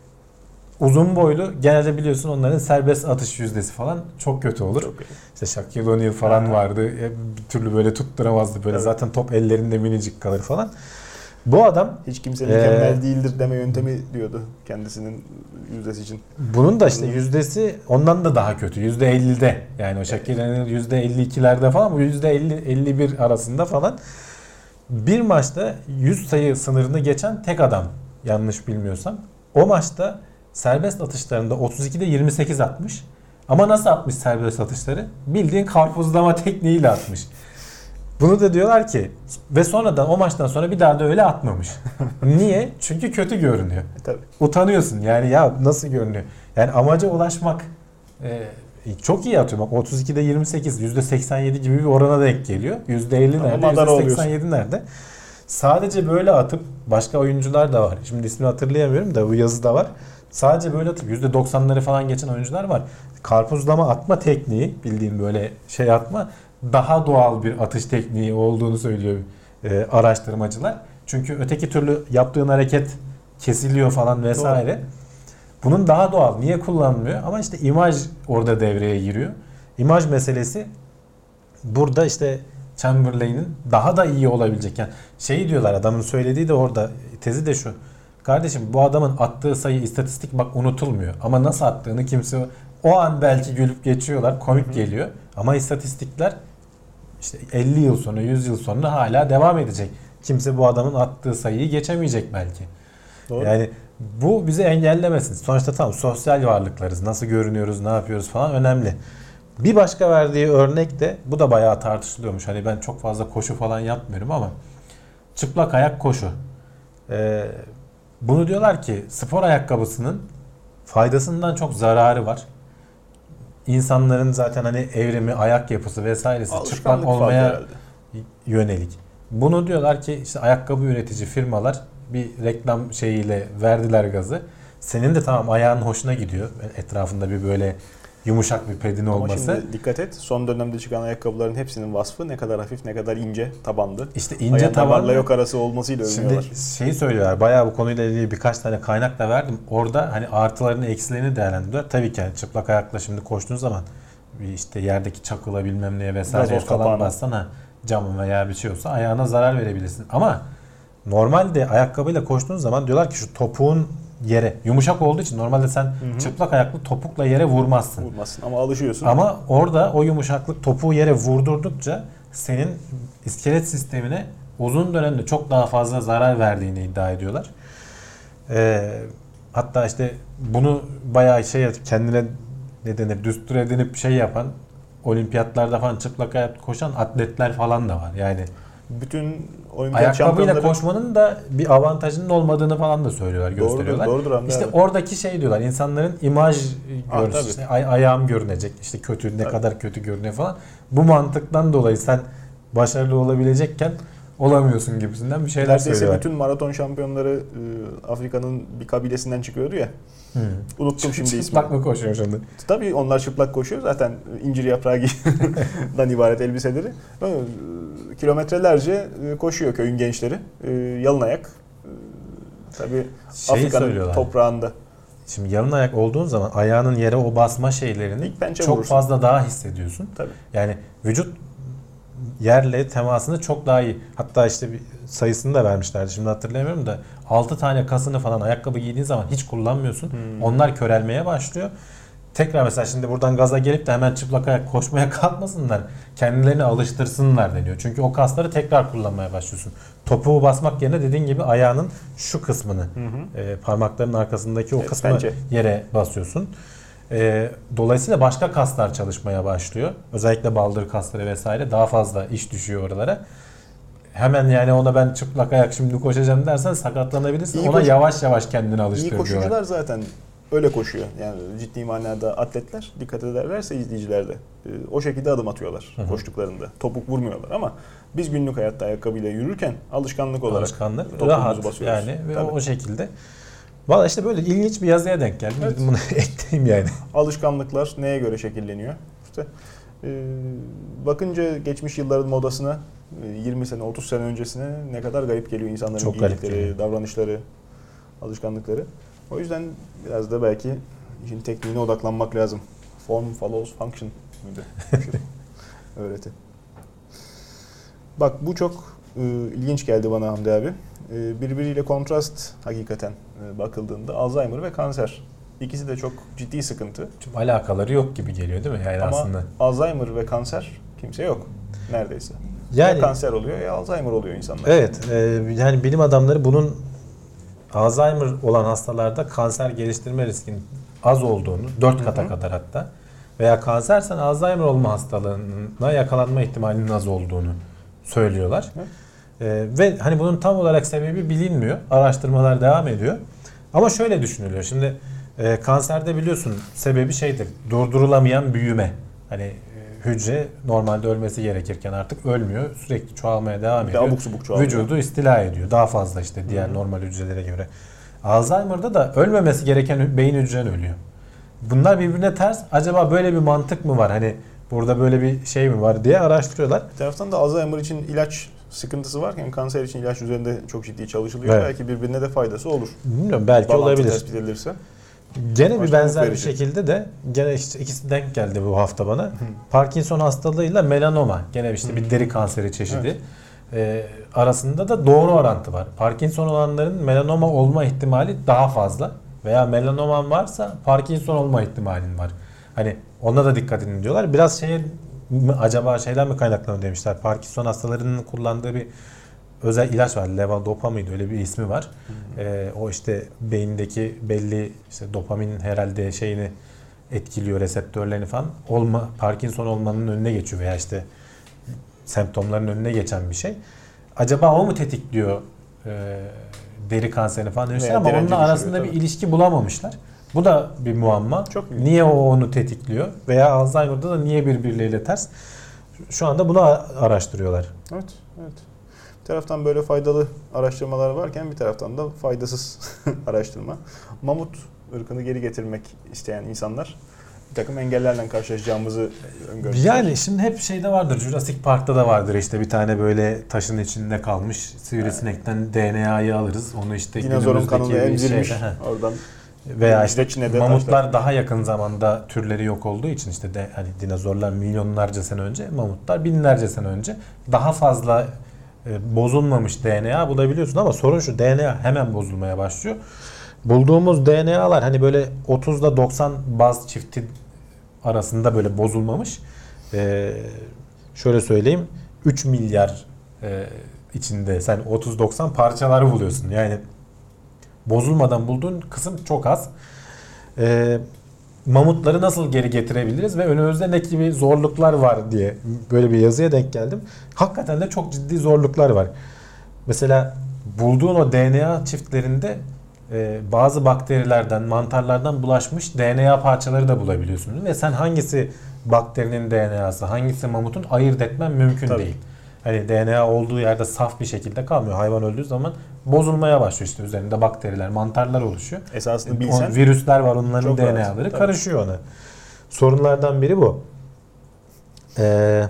Uzun boylu, genelde biliyorsun onların serbest atış yüzdesi falan çok kötü olur. Çok işte Shaquille O'Neal falan ha. vardı. Bir türlü böyle tutturamazdı. Böyle evet. zaten top ellerinde minicik kalır falan. Bu adam hiç kimse mükemmel ee, değildir deme yöntemi diyordu kendisinin yüzdesi için. Bunun da işte yüzdesi ondan da daha kötü. yüzde ellide. Yani o Shaquille O'Neal yüzde elli ikilerde falan, bu yüzde elli elli bir arasında falan. Bir maçta yüz sayı sınırını geçen tek adam, yanlış bilmiyorsam. O maçta serbest atışlarında otuz ikide yirmi sekiz atmış. Ama nasıl atmış serbest atışları? Bildiğin karpuzlama tekniğiyle atmış. Bunu da diyorlar ki ve sonradan o maçtan sonra bir daha da öyle atmamış. Niye? Çünkü kötü görünüyor. E, tabii. Utanıyorsun yani, ya nasıl görünüyor? Yani amaca ulaşmak e, çok iyi atıyor. Bak otuz ikide yirmi sekiz, yüzde seksen yedi gibi bir orana denk geliyor. yüzde elli nerede? yüzde seksen yedi nerede? Sadece böyle atıp, başka oyuncular da var. Şimdi ismini hatırlayamıyorum da bu yazıda var. Sadece böyle atıp yüzde doksanları falan geçen oyuncular var. Karpuzlama atma tekniği, bildiğim böyle şey atma, daha doğal bir atış tekniği olduğunu söylüyor e, araştırmacılar. Çünkü öteki türlü yaptığın hareket kesiliyor falan vesaire. Doğru. Bunun daha doğal. Niye kullanılmıyor? Ama işte imaj orada devreye giriyor. İmaj meselesi burada işte Chamberlain'in daha da iyi olabilecek. Yani şeyi diyorlar, adamın söylediği de orada, tezi de şu. Kardeşim bu adamın attığı sayı istatistik bak unutulmuyor. Ama nasıl attığını kimse o an belki gülüp geçiyorlar. Komik Hı-hı. geliyor. Ama istatistikler işte elli yıl sonra, yüz yıl sonra hala devam edecek. Kimse bu adamın attığı sayıyı geçemeyecek belki. Doğru. Yani bu bizi engellemesin. Sonuçta tamam, sosyal varlıklarız. Nasıl görünüyoruz, ne yapıyoruz falan önemli. Bir başka verdiği örnek de, bu da bayağı tartışılıyormuş. Hani ben çok fazla koşu falan yapmıyorum ama çıplak ayak koşu. Ee, bunu diyorlar ki spor ayakkabısının faydasından çok zararı var. İnsanların zaten hani evrimi, ayak yapısı vesairesi çıplak olmaya yönelik. Bunu diyorlar ki işte ayakkabı üretici firmalar bir reklam şeyiyle verdiler gazı. Senin de tamam ayağın hoşuna gidiyor. Etrafında bir böyle yumuşak bir pedini Ama olması. şimdi dikkat et, son dönemde çıkan ayakkabıların hepsinin vasfı ne kadar hafif, ne kadar ince tabandı. İşte ince tabanla yok arası olmasıyla övünüyorlar. Şimdi şeyi söylüyorlar, bayağı bu konuyla ilgili birkaç tane kaynak da verdim. Orada hani artılarını eksilerini değerlendiriyorlar. Tabii ki yani çıplak ayakla şimdi koştuğun zaman işte yerdeki çakıla bilmem neye vesaire falan bassana, cam veya bir şey olsa ayağına zarar verebilirsin. Ama normalde ayakkabıyla koştuğun zaman diyorlar ki şu topuğun yere yumuşak olduğu için normalde sen hı hı. çıplak ayaklı topukla yere vurmazsın. Vurmazsın ama alışıyorsun. Ama orada o yumuşaklık topuğu yere vurdurdukça senin iskelet sistemine uzun dönemde çok daha fazla zarar verdiğini iddia ediyorlar. Ee, hatta işte bunu bayağı şey kendine ne denir düstur edinip şey yapan olimpiyatlarda falan çıplak ayak koşan atletler falan da var. Yani bütün olimpiyat ayakkabıyla koşmanın da bir avantajının olmadığını falan da söylüyorlar, gösteriyorlar. Doğrudur, doğrudur, işte abi. Oradaki şey diyorlar, insanların imaj ah, görüntüsü, işte ay- ayağım görünecek, işte kötü ne tabii. kadar kötü görünüyor falan. Bu mantıktan dolayı sen başarılı olabilecekken olamıyorsun gibisinden bir şeyler neredeyse söylüyorlar. Neredeyse bütün maraton şampiyonları Afrika'nın bir kabilesinden çıkıyordu ya. Hmm. Unuttum şimdi ismini. Çıplak mı koşuyor şimdi? Tabii onlar çıplak koşuyor. Zaten incir yaprağından ibaret elbiseleri. Kilometrelerce koşuyor köyün gençleri. Yalın ayak. Tabii şey Afrika'nın toprağında. Şimdi yalın ayak olduğun zaman ayağının yere o basma şeylerini çok vurursun. Fazla daha hissediyorsun. Tabii. Yani vücut yerle temasını çok daha iyi. Hatta işte bir sayısını da vermişlerdi. Şimdi hatırlayamıyorum da altı tane kasını falan ayakkabı giydiğin zaman hiç kullanmıyorsun. Hmm. Onlar körelmeye başlıyor. Tekrar mesela şimdi buradan gaza gelip de hemen çıplak ayak koşmaya kalkmasınlar. Kendilerini alıştırsınlar deniyor. Çünkü o kasları tekrar kullanmaya başlıyorsun. Topuğu basmak yerine dediğin gibi ayağının şu kısmını, hı hı. E, parmaklarının arkasındaki o evet, kısmı bence. yere basıyorsun. E, dolayısıyla başka kaslar çalışmaya başlıyor. Özellikle baldır kasları vesaire daha fazla iş düşüyor oralara. Hemen yani ona ben çıplak ayak şimdi koşacağım dersen sakatlanabilirsin. İyi ona koş- yavaş yavaş kendini alıştır diyorlar. İyi koşucular zaten öyle koşuyor. Yani ciddi manada atletler dikkat ederlerse izleyiciler de o şekilde adım atıyorlar hı hı. koştuklarında. Topuk vurmuyorlar ama biz günlük hayatta ayakkabıyla yürürken alışkanlık olarak alışkanlık, rahat basıyoruz. Yani ve Tabii. o şekilde. Valla işte böyle ilginç bir yazıya denk geldim. Evet. Bunu ekleyeyim yani. Alışkanlıklar neye göre şekilleniyor? İşte e, bakınca geçmiş yılların modasına yirmi sene otuz sene öncesine ne kadar garip geliyor insanların Çok giydikleri, davranışları, alışkanlıkları. O yüzden biraz da belki işin tekniğine odaklanmak lazım. Form follows function mıydı? Öğreti. Bak bu çok e, ilginç geldi bana Hamdi abi. E, birbiriyle kontrast hakikaten e, bakıldığında Alzheimer ve kanser. İkisi de çok ciddi sıkıntı. Çok alakaları yok gibi geliyor değil mi? Yani Ama aslında. Alzheimer ve kanser kimse yok neredeyse. Yani, ya kanser oluyor ya Alzheimer oluyor insanlar. Evet. E, yani bilim adamları bunun Alzheimer olan hastalarda kanser geliştirme riskinin az olduğunu, dört kata hı hı. kadar hatta veya kansersen Alzheimer olma hastalığına yakalanma ihtimalinin az olduğunu söylüyorlar. Ee, ve hani bunun tam olarak sebebi bilinmiyor. Araştırmalar devam ediyor. Ama şöyle düşünülüyor. Şimdi e, kanserde biliyorsun sebebi şeydir. Durdurulamayan büyüme. Hani e, hücre normalde ölmesi gerekirken artık ölmüyor. Sürekli çoğalmaya devam ediyor. Abuk subuk çoğalıyor. Vücudu istila ediyor. Daha fazla işte diğer Hı-hı. normal hücrelere göre. Alzheimer'da da ölmemesi gereken beyin hücren ölüyor. Bunlar birbirine ters. Acaba böyle bir mantık mı var? Hani burada böyle bir şey mi var diye araştırıyorlar. Bir taraftan da Alzheimer için ilaç sıkıntısı varken kanser için ilaç üzerinde çok ciddi çalışılıyor. Evet. Belki birbirine de faydası olur. Bilmiyorum, belki Bağlantı olabilir. Tespit edilirse. Gene bir benzer bir şekilde de gene işte ikisi denk geldi bu hafta bana. Hı. Parkinson hastalığıyla melanoma. Gene işte Hı. bir deri kanseri çeşidi. Evet. Ee, arasında da doğru orantı var. Parkinson olanların melanoma olma ihtimali daha fazla. Veya melanoman varsa Parkinson olma ihtimalin var. Hani ona da dikkat edin diyorlar. Biraz şeye acaba şeyden mi kaynaklanıyor demişler. Parkinson hastalarının kullandığı bir özel ilaç var. Levodopa mıydı? Öyle bir ismi var. Hmm. Ee, o işte beyindeki belli işte dopaminin herhalde şeyini etkiliyor, reseptörlerini falan. Olma, Parkinson olmanın önüne geçiyor veya işte semptomların önüne geçen bir şey. Acaba o mu tetikliyor e, deri kanserini falan demişler ama onunla arasında tabii. bir ilişki bulamamışlar. Bu da bir muamma. Çok niye o onu tetikliyor veya Alzheimer'da da niye birbirleriyle ters? Şu anda bunu araştırıyorlar. Evet, evet. Bir taraftan böyle faydalı araştırmalar varken bir taraftan da faydasız araştırma. Mamut ırkını geri getirmek isteyen insanlar bir takım engellerle karşılaşacağımızı öngörüyoruz. Yani şimdi hep şeyde vardır. Jurassic Park'ta da vardır işte bir tane böyle taşın içinde kalmış sivrisinekten yani. D N A'yı alırız. Onu işte dinozorun kanını emzirmiş şeyde, oradan. Veya işte mamutlar taşlar. Daha yakın zamanda türleri yok olduğu için işte de, hani dinozorlar milyonlarca sene önce, mamutlar binlerce sene önce daha fazla e, bozulmamış D N A bulabiliyorsun ama sorun şu, D N A hemen bozulmaya başlıyor. Bulduğumuz D N A'lar hani böyle otuzla doksan baz çifti arasında böyle bozulmamış. Ee, şöyle söyleyeyim, üç milyar e, içinde sen otuz doksan parçaları buluyorsun. Yani bozulmadan bulduğun kısım çok az. Ee, mamutları nasıl geri getirebiliriz ve önümüzde ne gibi zorluklar var diye böyle bir yazıya denk geldim. Hakikaten de çok ciddi zorluklar var. Mesela bulduğun o D N A çiftlerinde e, bazı bakterilerden, mantarlardan bulaşmış D N A parçaları da bulabiliyorsun. Ve sen hangisi bakterinin D N A'sı, hangisi mamutun ayırt etmen mümkün Tabii. değil. Hani D N A olduğu yerde saf bir şekilde kalmıyor. Hayvan öldüğü zaman bozulmaya başlıyor, işte üzerinde bakteriler, mantarlar oluşuyor. Esasında bilsen o, virüsler var, onların D N A'ları karışıyor ona. Sorunlardan biri bu. Ee,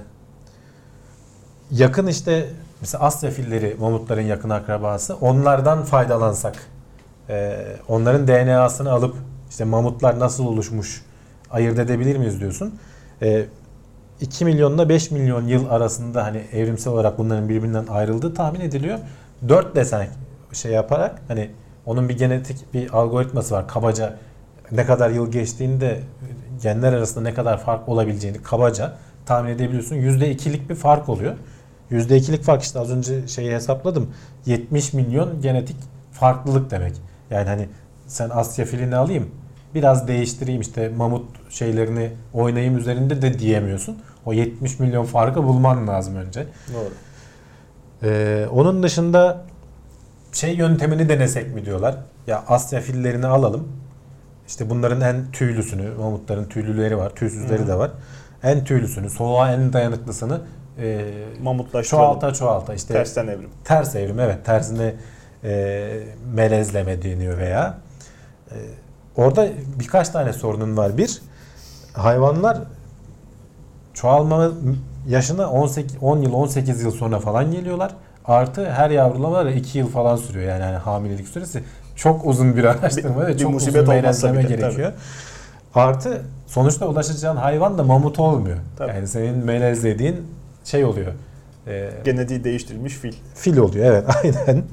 yakın işte mesela Asya filleri mamutların yakın akrabası. Onlardan faydalansak, e, onların D N A'sını alıp işte mamutlar nasıl oluşmuş ayırt edebilir miyiz diyorsun. E, iki milyonla beş milyon yıl arasında hani evrimsel olarak bunların birbirinden ayrıldığı tahmin ediliyor. dört desen şey yaparak hani onun bir genetik bir algoritması var. Kabaca ne kadar yıl geçtiğinde genler arasında ne kadar fark olabileceğini kabaca tahmin edebiliyorsun. yüzde ikilik bir fark oluyor. yüzde ikilik fark işte az önce şeyi hesapladım. yetmiş milyon genetik farklılık demek. Yani hani sen Asya filini alayım, biraz değiştireyim işte mamut şeylerini oynayayım üzerinde de diyemiyorsun. O yetmiş milyon farkı bulman lazım önce. Doğru. Ee, onun dışında şey yöntemini denesek mi diyorlar. Ya Asya fillerini alalım. İşte bunların en tüylüsünü, mamutların tüylüleri var, tüysüzleri Hı-hı. de var. En tüylüsünü, soğuğa en dayanıklısını e, çoğalta çoğalta işte tersten evrim. Ters evrim, evet, tersine e, melezleme deniyor veya e, orada birkaç tane sorunun var. Bir, hayvanlar çoğalma yaşına on sekiz, on yıl on sekiz yıl sonra falan geliyorlar. Artı her yavrulama iki yıl falan sürüyor. Yani, yani hamilelik süresi çok uzun bir araştırma ve çok uzun melezleme gerekiyor. Tabii. Artı sonuçta ulaşacağın hayvan da mamut olmuyor. Tabii. Yani senin melezlediğin şey oluyor. E, genetiği değiştirilmiş fil. Fil oluyor, evet, aynen.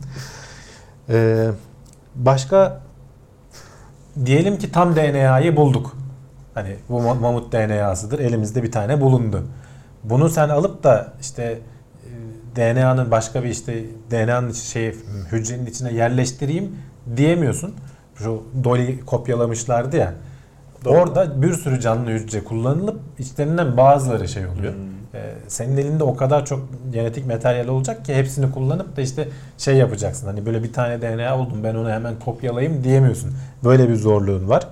E, başka diyelim ki tam D N A'yı bulduk. Hani bu mamut D N A'sıdır. Elimizde bir tane bulundu. Bunu sen alıp da işte D N A'nın başka bir işte D N A'nın şey hücrenin içine yerleştireyim diyemiyorsun. Şu Dolly kopyalamışlardı ya. Doğru. Orada bir sürü canlı hücre kullanılıp içlerinden bazıları şey oluyor. Hmm. Ee, senin elinde o kadar çok genetik materyal olacak ki hepsini kullanıp da işte şey yapacaksın. Hani böyle bir tane D N A buldum, ben onu hemen kopyalayayım diyemiyorsun. Böyle bir zorluğun var.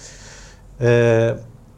Ee,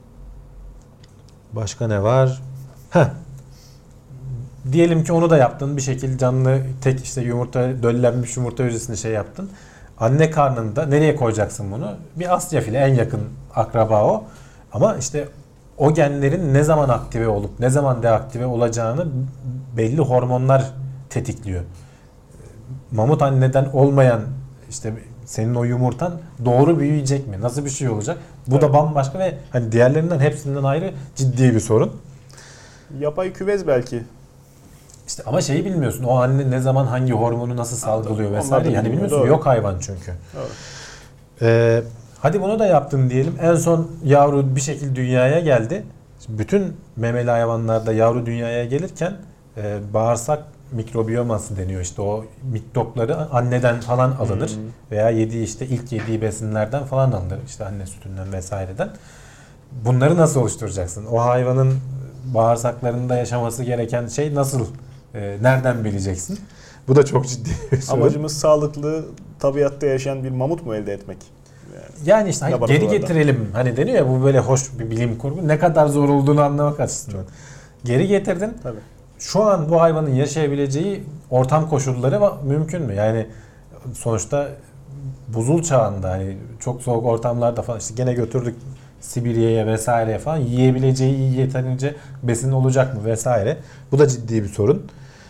başka ne var? Heh. Diyelim ki onu da yaptın. Bir şekilde canlı tek işte yumurta, döllenmiş yumurta hücresini şey yaptın. Anne karnında nereye koyacaksın bunu? Bir Asya fili, en yakın akraba o. Ama işte o genlerin ne zaman aktive olup ne zaman deaktive olacağını belli hormonlar tetikliyor. Mamut anneden olmayan işte senin o yumurtan doğru büyüyecek mi? Nasıl bir şey olacak? Bu evet. da bambaşka ve hani diğerlerinden hepsinden ayrı ciddi bir sorun. Yapay küvez belki. İşte ama şeyi bilmiyorsun. O anne ne zaman hangi hormonu nasıl salgılıyor vesaire. Yani bilmiyorsun. Doğru. Yok hayvan çünkü. Ee, hadi bunu da yaptın diyelim. En son yavru bir şekilde dünyaya geldi. Bütün memeli hayvanlarda yavru dünyaya gelirken e, bağırsak mikrobiyoması deniyor. İşte o mikropları anneden falan alınır. Hmm. Veya yediği işte ilk yediği besinlerden falan alınır. İşte anne sütünden vesaireden. Bunları nasıl oluşturacaksın? O hayvanın bağırsaklarında yaşaması gereken şey nasıl? E, nereden bileceksin? Bu da çok ciddi bir sorun. Amacımız sağlıklı, tabiatta yaşayan bir mamut mu elde etmek? Yani, yani işte hayır, geri getirelim. Hani deniyor ya, bu böyle hoş bir bilim kurgu. Ne kadar zor olduğunu anlamak açısından. Çok. Geri getirdin. Tabii. Şu an bu hayvanın yaşayabileceği ortam koşulları mümkün mü? Yani sonuçta buzul çağında, hani çok soğuk ortamlarda falan işte gene götürdük Sibirya'ya vesaireye falan yiyebileceği yeterince besin olacak mı vesaire. Bu da ciddi bir sorun.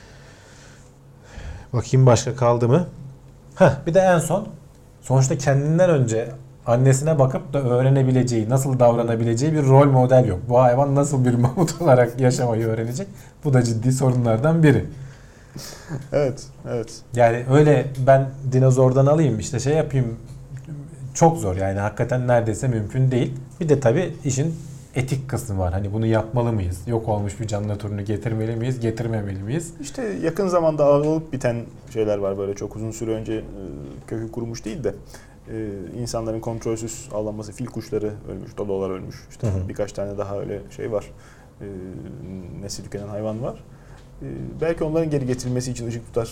Bakayım başka kaldı mı? Heh, bir de en son sonuçta kendinden önce annesine bakıp da öğrenebileceği, nasıl davranabileceği bir rol model yok. Bu hayvan nasıl bir mamut olarak yaşamayı öğrenecek? Bu da ciddi sorunlardan biri. Evet, evet. Yani öyle ben dinozordan alayım işte şey yapayım çok zor yani hakikaten neredeyse mümkün değil. Bir de tabii işin etik kısmı var. Hani bunu yapmalı mıyız? Yok olmuş bir canlı türünü getirmeli miyiz? Getirmemeli miyiz? İşte yakın zamanda olup biten şeyler var böyle çok uzun süre önce kökü kurumuş değil de insanların kontrolsüz avlanması, fil kuşları ölmüş, dodolar ölmüş. İşte hı hı. birkaç tane daha öyle şey var. Nesli tükenen hayvan var. Belki onların geri getirilmesi için ışık tutar.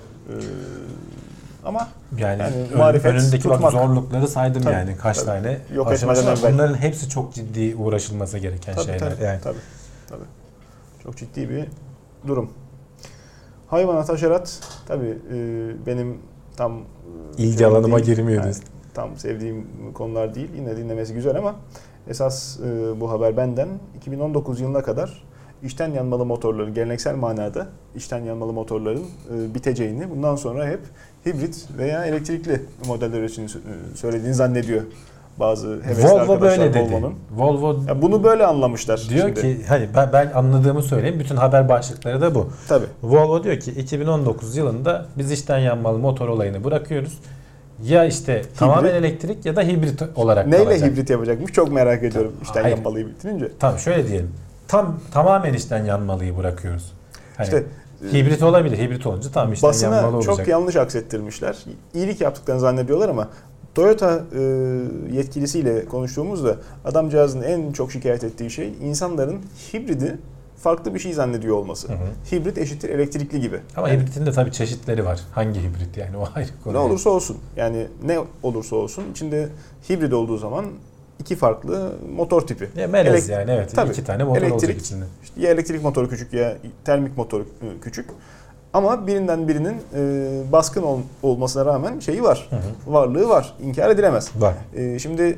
Ama yani, yani marifet önündeki tutmak. Bak zorlukları saydım tabii, yani kaç tabii. tane Yok aşaması var. Belki. Bunların hepsi çok ciddi uğraşılması gereken tabii, şeyler. Tabii, yani. tabii, tabii. Çok ciddi bir durum. Hayvanat, haşerat tabii benim tam ilgi alanıma girmiyor yani, tam sevdiğim konular değil. Yine dinlemesi güzel ama esas bu haber benden iki bin on dokuz yılına kadar içten yanmalı motorların, geleneksel manada içten yanmalı motorların biteceğini, bundan sonra hep hibrit veya elektrikli modeller için söylediğini zannediyor bazı hevesli Volvo arkadaşlar böyle dedi. Volvo'nun. Volvo ya bunu böyle anlamışlar. Diyor şimdi. ki hani ben, ben anladığımı söyleyeyim. Bütün haber başlıkları da bu. Tabii. Volvo diyor ki iki bin on dokuz yılında biz içten yanmalı motor olayını bırakıyoruz. Ya işte hibrit, tamamen elektrik ya da hibrit olarak neyle kalacak. hibrit yapacakmış çok merak ediyorum. Tamam. İçten Hayır. yanmalıyı bitirince. Tamam şöyle diyelim. Tam tamamen içten yanmalıyı bırakıyoruz. Hani işte hibrit olabilir. Hibrit olunca tam içten basına yanmalı olacak. çok yanlış aksettirmişler. İyilik yaptıklarını zannediyorlar ama Toyota e, yetkilisiyle konuştuğumuzda adamcağızın en çok şikayet ettiği şey insanların hibridi farklı bir şey zannediyor olması. Hı hı. Hibrit eşittir elektrikli gibi. Ama yani, hibritin de tabii çeşitleri var. Hangi hibrit yani o ayrı konu. Ne olursa olsun. Yani ne olursa olsun içinde hibrit olduğu zaman iki farklı motor tipi. Ya melez Elek- yani evet. Tabii, iki tane motor elektrik, olacak içinde. İşte ya elektrik motoru küçük ya termik motoru küçük. Ama birinden birinin e, baskın ol, olmasına rağmen şeyi var. Hı hı. Varlığı var. İnkar edilemez. Var. E, şimdi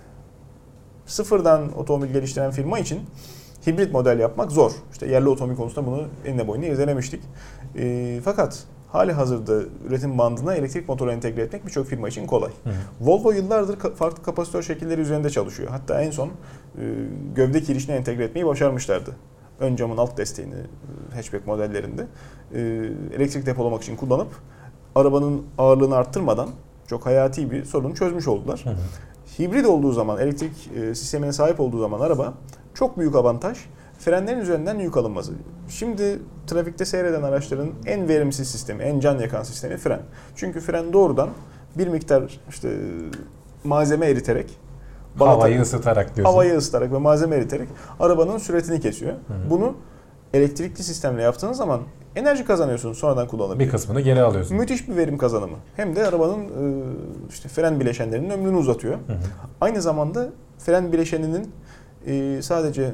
sıfırdan otomobil geliştiren firma için hibrit model yapmak zor. İşte yerli otomobil konusunda bunu enine boyuna irdelemiştik. E, fakat hali hazırda üretim bandına elektrik motoru entegre etmek birçok firma için kolay. Hı hı. Volvo yıllardır farklı kapasitör şekilleri üzerinde çalışıyor. Hatta en son e, gövde kirişine entegre etmeyi başarmışlardı. Ön camın alt desteğini hatchback modellerinde e, elektrik depolamak için kullanıp arabanın ağırlığını arttırmadan çok hayati bir sorunu çözmüş oldular. Hı hı. Hibrit olduğu zaman, elektrik e, sistemine sahip olduğu zaman araba çok büyük avantaj. Frenlerin üzerinden yük alınması. Şimdi trafikte seyreden araçların en verimsiz sistemi, en can yakan sistemi fren. Çünkü fren doğrudan bir miktar işte malzeme eriterek, havayı ısıtarak diyorsun. Havayı ısıtarak ve malzeme eriterek arabanın süratini kesiyor. Hı-hı. Bunu elektrikli sistemle yaptığınız zaman enerji kazanıyorsunuz sonradan kullanabilir. Bir kısmını geri alıyorsun. Müthiş bir verim kazanımı. Hem de arabanın işte fren bileşenlerinin ömrünü uzatıyor. Hı-hı. Aynı zamanda fren bileşeninin sadece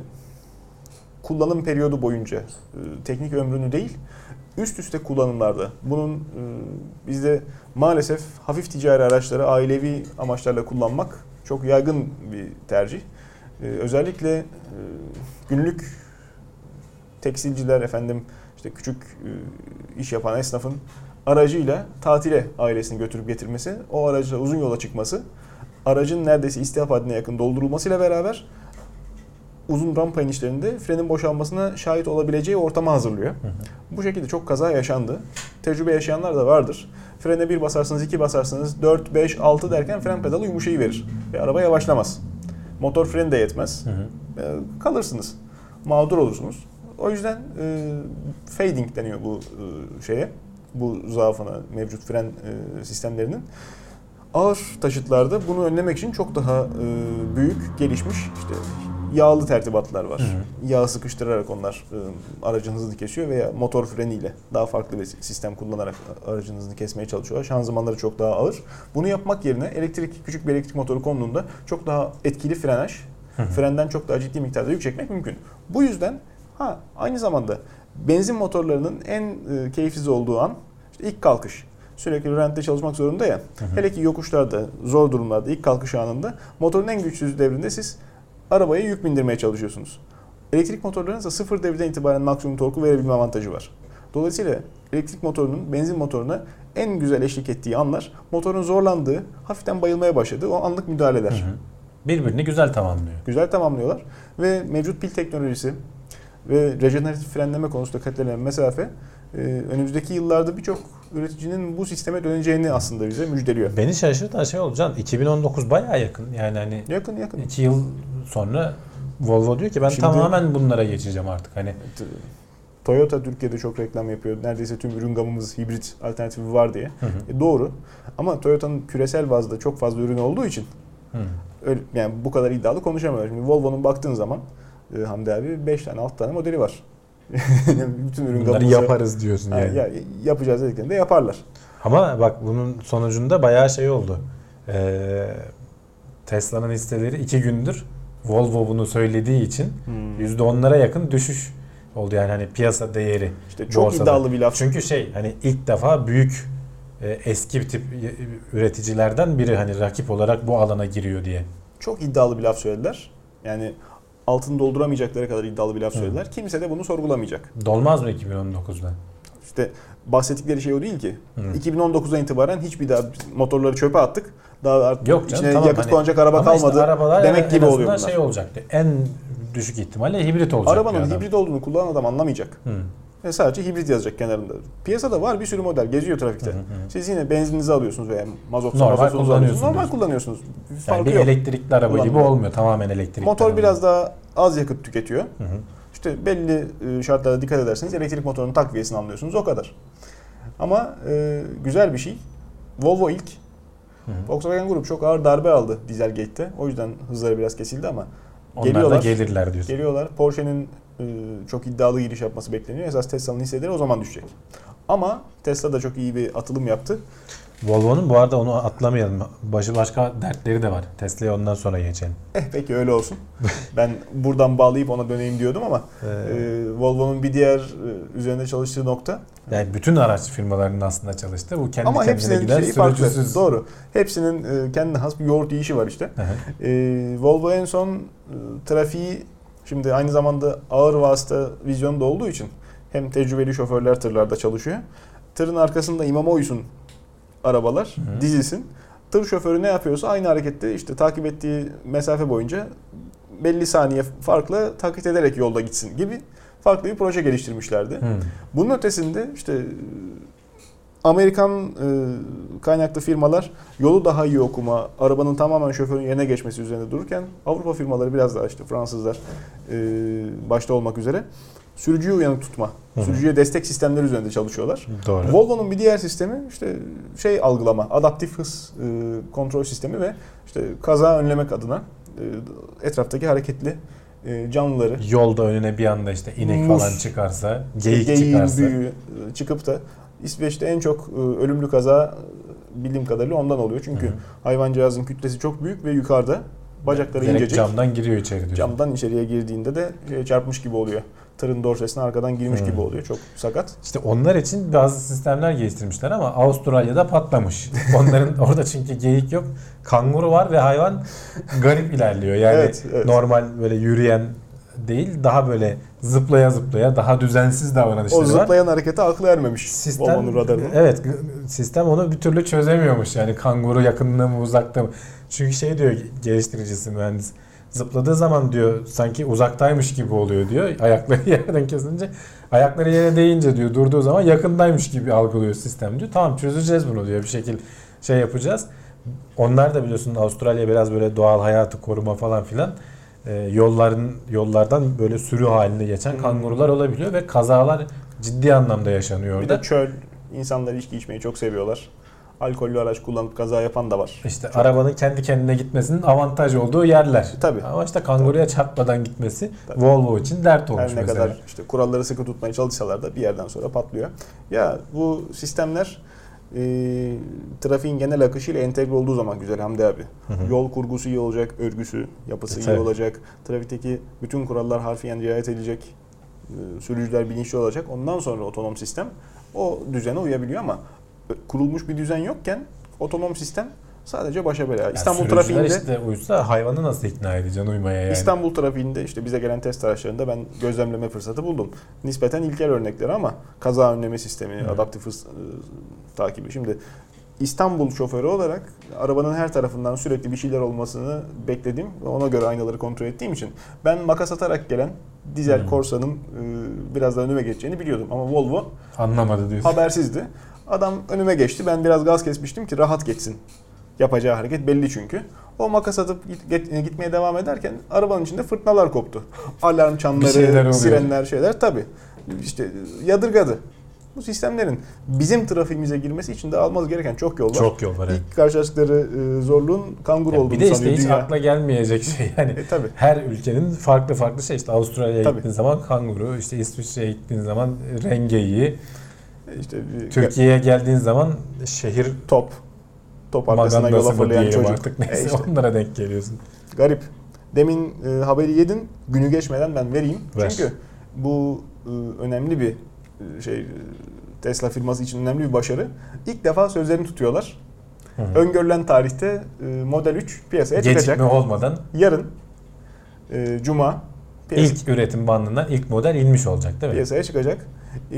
kullanım periyodu boyunca teknik ömrünü değil, üst üste kullanımlarda bunun bizde maalesef hafif ticari araçları ailevi amaçlarla kullanmak çok yaygın bir tercih. Özellikle günlük tekstilciler, efendim işte küçük iş yapan esnafın aracıyla tatile ailesini götürüp getirmesi, o aracla uzun yola çıkması, aracın neredeyse istihap haddine yakın doldurulmasıyla beraber uzun rampa inişlerinde frenin boşalmasına şahit olabileceği ortamı hazırlıyor. Hı hı. Bu şekilde çok kaza yaşandı. Tecrübe yaşayanlar da vardır. Frene bir basarsınız, iki basarsınız, dört, beş, altı derken fren pedalı yumuşayıverir. Ve araba yavaşlamaz. Motor freni de yetmez. Hı hı. Kalırsınız. Mağdur olursunuz. O yüzden e, fading deniyor bu e, şeye. Bu zaafına mevcut fren e, sistemlerinin. Ağır taşıtlarda bunu önlemek için çok daha e, büyük, gelişmiş işte yağlı tertibatlar var. Hı hı. Yağ sıkıştırarak onlar e, aracın hızını kesiyor veya motor freniyle daha farklı bir sistem kullanarak aracın hızını kesmeye çalışıyorlar. Şanzımanları çok daha ağır. Bunu yapmak yerine elektrik küçük bir elektrik motoru konduğunda çok daha etkili frenaj, hı hı. frenden çok daha ciddi miktarda yük çekmek mümkün. Bu yüzden ha aynı zamanda benzin motorlarının en e, keyifsiz olduğu an işte ilk kalkış. Sürekli rölantiyle çalışmak zorunda ya. Hı hı. Hele ki yokuşlarda, zor durumlarda ilk kalkış anında motorun en güçsüz devrinde siz arabaya yük bindirmeye çalışıyorsunuz. Elektrik motorlarının ise sıfır devirden itibaren maksimum torku verebilme avantajı var. Dolayısıyla elektrik motorunun benzin motoruna en güzel eşlik ettiği anlar motorun zorlandığı, hafiften bayılmaya başladığı o anlık müdahaleler. Hı hı. Birbirini güzel tamamlıyor. Güzel tamamlıyorlar ve mevcut pil teknolojisi ve rejeneratif frenleme konusunda kat edilen mesafe e, önümüzdeki yıllarda birçok üreticinin bu sisteme döneceğini aslında bize müjdeliyor. Beni şaşırtan şey oldu Can, iki bin on dokuz bayağı yakın. Yani hani yakın yakın. iki yıl sonra Volvo diyor ki ben Şimdi, tamamen bunlara geçeceğim artık. Hani Toyota Türkiye'de çok reklam yapıyor. Neredeyse tüm ürün gamımız hibrit alternatifi var diye. Hı hı. E, doğru. Ama Toyota'nın küresel bazda çok fazla ürün olduğu için hı. öyle, yani bu kadar iddialı konuşamıyorlar. Şimdi Volvo'nun baktığın zaman e, Hamdi abi beş tane altı tane modeli var. Bütün ürün Bunları gamımızı, yaparız diyorsun yani. Ya, yapacağız dediklerinde yaparlar. Ama bak bunun sonucunda bayağı şey oldu. Ee, Tesla'nın hisseleri iki gündür Volvo bunu söylediği için hmm. yüzde onlara yakın düşüş oldu yani hani piyasa değeri. İşte çok borsada. iddialı bir laf. Çünkü şey hani ilk defa büyük e, eski bir tip üreticilerden biri hani rakip olarak bu alana giriyor diye. Çok iddialı bir laf söylediler. Yani altını dolduramayacakları kadar iddialı bir laf söylediler. Hı. Kimse de bunu sorgulamayacak. Dolmaz mı iki bin on dokuzda? İşte bahsettikleri şey o değil ki. Hı. iki bin on dokuzdan itibaren hiçbir daha motorları çöpe attık. Daha artık Yok canım, içine tamam, yakıt hani, kullanacak araba kalmadı işte demek gibi oluyor bunlar. Şey olacaktı. En düşük ihtimalle hibrit olacak. Arabanın hibrit olduğunu kullanan adam anlamayacak. Hı. Ve sadece hibrit yazacak kenarında. Piyasada var bir sürü model geziyor trafikte. Hı hı. Siz yine benzininizi alıyorsunuz veya mazot normal kullanıyorsunuz. Normal kullanıyorsunuz. Bir yani bir yok. Elektrikli araba gibi olmuyor. Tamamen elektrikli. Motor araba. biraz daha az yakıt tüketiyor. Hı hı. İşte belli şartlara dikkat ederseniz elektrik motorunun takviyesini anlıyorsunuz. O kadar. Ama e, güzel bir şey. Volvo ilk. Hı hı. Volkswagen Grup çok ağır darbe aldı Dieselgate'te. O yüzden hızları biraz kesildi ama onlar geliyorlar, da gelirler diyorsun. Geliyorlar. Porsche'nin e, çok iddialı giriş yapması bekleniyor. Esas Tesla'nın hisseleri o zaman düşecek. Ama Tesla da çok iyi bir atılım yaptı. Volvo'nun bu arada onu atlamayalım. Başı başka dertleri de var. Tesla'ya ondan sonra geçelim. Eh peki öyle olsun. Ben buradan bağlayıp ona döneyim diyordum ama ee, e, Volvo'nun bir diğer e, üzerinde çalıştığı nokta. Yani bütün araç firmalarının aslında çalıştı. Bu kendi ama kendine giden sürücüsüz. Doğru. Hepsinin e, kendine has bir yoğurt yiyişi var işte. e, Volvo en son e, trafiği şimdi aynı zamanda ağır vasıta vizyonu da olduğu için hem tecrübeli şoförler tırlarda çalışıyor. Tırın arkasında imama uysun arabalar Hı-hı. dizilsin. Tır şoförü ne yapıyorsa aynı harekette işte takip ettiği mesafe boyunca belli saniye farkla takip ederek yolda gitsin gibi farklı bir proje geliştirmişlerdi. Hı. Bunun ötesinde işte Amerikan e, kaynaklı firmalar yolu daha iyi okuma, arabanın tamamen şoförün yerine geçmesi üzerine dururken Avrupa firmaları biraz daha işte Fransızlar e, başta olmak üzere sürücüyü uyanık tutma, Hı-hı. sürücüye destek sistemleri üzerinde çalışıyorlar. Doğru. Volvo'nun bir diğer sistemi işte şey algılama, adaptif hız e, kontrol sistemi ve işte kaza önlemek adına e, etraftaki hareketli e, canlıları. Yolda önüne bir anda işte inek mus, falan çıkarsa, geyik çıkarsa. Büyüğü çıkıp da İsveç'te en çok e, ölümlü kaza bildiğim kadarıyla ondan oluyor. Çünkü Hı-hı. hayvancağızın kütlesi çok büyük ve yukarıda. Bacakları Direkt incecik. Camdan giriyor içeri diyorsun. Camdan içeriye girdiğinde de çarpmış gibi oluyor. Tırın dorsesine arkadan girmiş hmm. gibi oluyor. Çok sakat. İşte onlar için bazı sistemler geliştirmişler ama Avustralya'da patlamış. Onların orada çünkü geyik yok. Kanguru var ve hayvan garip ilerliyor. Yani evet, evet. normal böyle yürüyen değil, daha böyle zıplaya zıplaya daha düzensiz davranışları var. O zıplayan var. Harekete aklı ermemiş. Sistem, evet, sistem onu bir türlü çözemiyormuş. Yani kanguru yakınında mı uzakta mı? Çünkü şey diyor geliştiricisi mühendis. Zıpladığı zaman diyor sanki uzaktaymış gibi oluyor diyor. Ayakları yerden kesince. Ayakları yere değince diyor durduğu zaman yakındaymış gibi algılıyor sistem diyor. Tamam çözeceğiz bunu diyor. Bir şekil şey yapacağız. Onlar da biliyorsun Avustralya biraz böyle doğal hayatı koruma falan filan. Ee, yolların yollardan böyle sürü halinde geçen hmm. kangurular olabiliyor ve kazalar ciddi anlamda yaşanıyor orada. Bir de çöl. İnsanlar içki içmeyi çok seviyorlar. Alkollü araç kullanıp kaza yapan da var. İşte çok. Arabanın kendi kendine gitmesinin avantaj olduğu yerler. Tabii. Ama işte kanguruya çarpmadan gitmesi Tabii. Volvo için dert olmuş mesela. Her ne mesela. kadar işte kuralları sıkı tutmaya çalışsalar da bir yerden sonra patlıyor. Ya bu sistemler e, trafiğin genel akışıyla entegre olduğu zaman güzel Hamdi abi. Hı hı. Yol kurgusu iyi olacak, örgüsü, yapısı e, iyi tabii. olacak. Trafikteki bütün kurallar harfiyen riayet edilecek. E, sürücüler bilinçli olacak. Ondan sonra otonom sistem o düzene uyabiliyor ama kurulmuş bir düzen yokken otonom sistem Sadece başa bela. Yani İstanbul sürücüler trafiğinde işte uysa hayvanı nasıl ikna edeceksin uymaya yani? İstanbul trafiğinde işte bize gelen test araçlarında ben gözlemleme fırsatı buldum. Nispeten ilkel örnekleri ama kaza önleme sistemi, Hı. adaptif hız e, takibi. Şimdi İstanbul şoförü olarak arabanın her tarafından sürekli bir şeyler olmasını bekledim ve ona göre aynaları kontrol ettiğim için ben makas atarak gelen dizel hmm. Corsa'nın e, biraz daha önüme geçeceğini biliyordum ama Volvo anlamadı diyorsun. Habersizdi. Adam önüme geçti. Ben biraz gaz kesmiştim ki rahat geçsin. Yapacağı hareket belli çünkü. O makas atıp git, gitmeye devam ederken arabanın içinde fırtınalar koptu. Alarm çanları, şeyler sirenler şeyler tabii. İşte yadırgadı. Bu sistemlerin bizim trafiğimize girmesi için de almamız gereken çok yol var. Çok yol var. Evet. İlk karşılaştıkları zorluğun kanguru yani olduğunu sanıyor. sanıyor. Bir de işte hiç dünya. akla gelmeyecek şey. Yani e, tabii. Her ülkenin farklı farklı şey. İşte Avustralya'ya tabii. gittiğin zaman kanguru, işte İsviçre'ye gittiğin zaman rengeyi, İşte Türkiye'ye geldiğin zaman şehir top. Top arkasına yola fırlayan çocuk. Artık neyse e işte. Onlara denk geliyorsun. Garip. Demin e, haberi yedin. Günü geçmeden ben vereyim. Ver. Çünkü bu e, önemli bir e, şey Tesla firması için önemli bir başarı. İlk defa sözlerini tutuyorlar. Hı hı. Öngörülen tarihte e, Model üç piyasaya Gecikme çıkacak. Gecikme olmadan. Yarın e, Cuma piyasa, ilk üretim bandından ilk model inmiş olacak değil mi? Piyasaya çıkacak. E,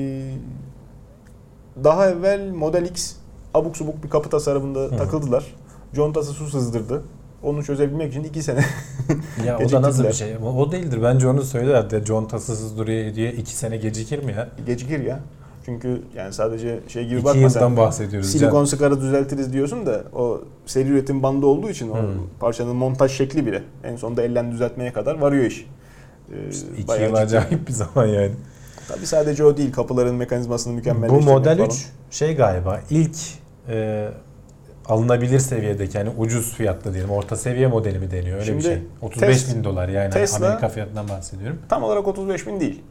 daha evvel Model X abuk subuk bir kapı tasarımında Hı. takıldılar. Contası su sızdırdı. Onu çözebilmek için iki sene ya o da nasıl bir şey? O değildir. Bence onu söyler de contası sızdırıyor diye iki sene gecikir mi ya? Gecikir ya. Çünkü yani sadece şey gibi İki bakma yıldan sen. bahsediyoruz. Silikon sıkarı düzeltiriz diyorsun da o seri üretim bandı olduğu için hmm. o parçanın montaj şekli bile en sonunda ellen düzeltmeye kadar varıyor iş. Ee, işte iki yıl acayip bir zaman yani. Tabii sadece o değil. Kapıların mekanizmasını mükemmelleştirmek falan. Bu Model falan. üç şey galiba ilk e, alınabilir seviyedeki yani ucuz fiyatlı diyelim. Orta seviye modeli mi deniyor öyle Şimdi bir şey. otuz beş bin dolar yani Tesla, Amerika fiyatından bahsediyorum. Tam olarak otuz beş bin değil.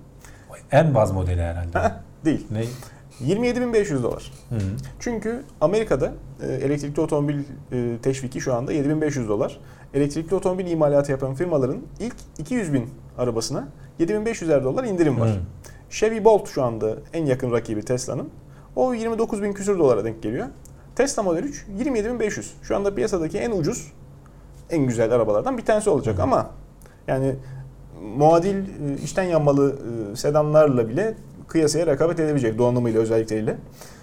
En baz modeli herhalde. Değil. Ne? yirmi yedi bin beş yüz dolar. Hı hı. Çünkü Amerika'da e, elektrikli otomobil e, teşviki şu anda yedi bin beş yüz dolar. Elektrikli otomobil imalatı yapan firmaların ilk iki yüz bin arabasına yedi bin beş yüzer dolar indirim var. Hı. Chevy Bolt şu anda en yakın rakibi Tesla'nın. O yirmi dokuz bin küsür dolara denk geliyor. Tesla Model üç yirmi yedi bin beş yüz. Şu anda piyasadaki en ucuz, en güzel arabalardan bir tanesi olacak. Hı. Ama yani muadil içten yanmalı sedanlarla bile kıyasaya rekabet edebilecek donanımıyla özellikleriyle.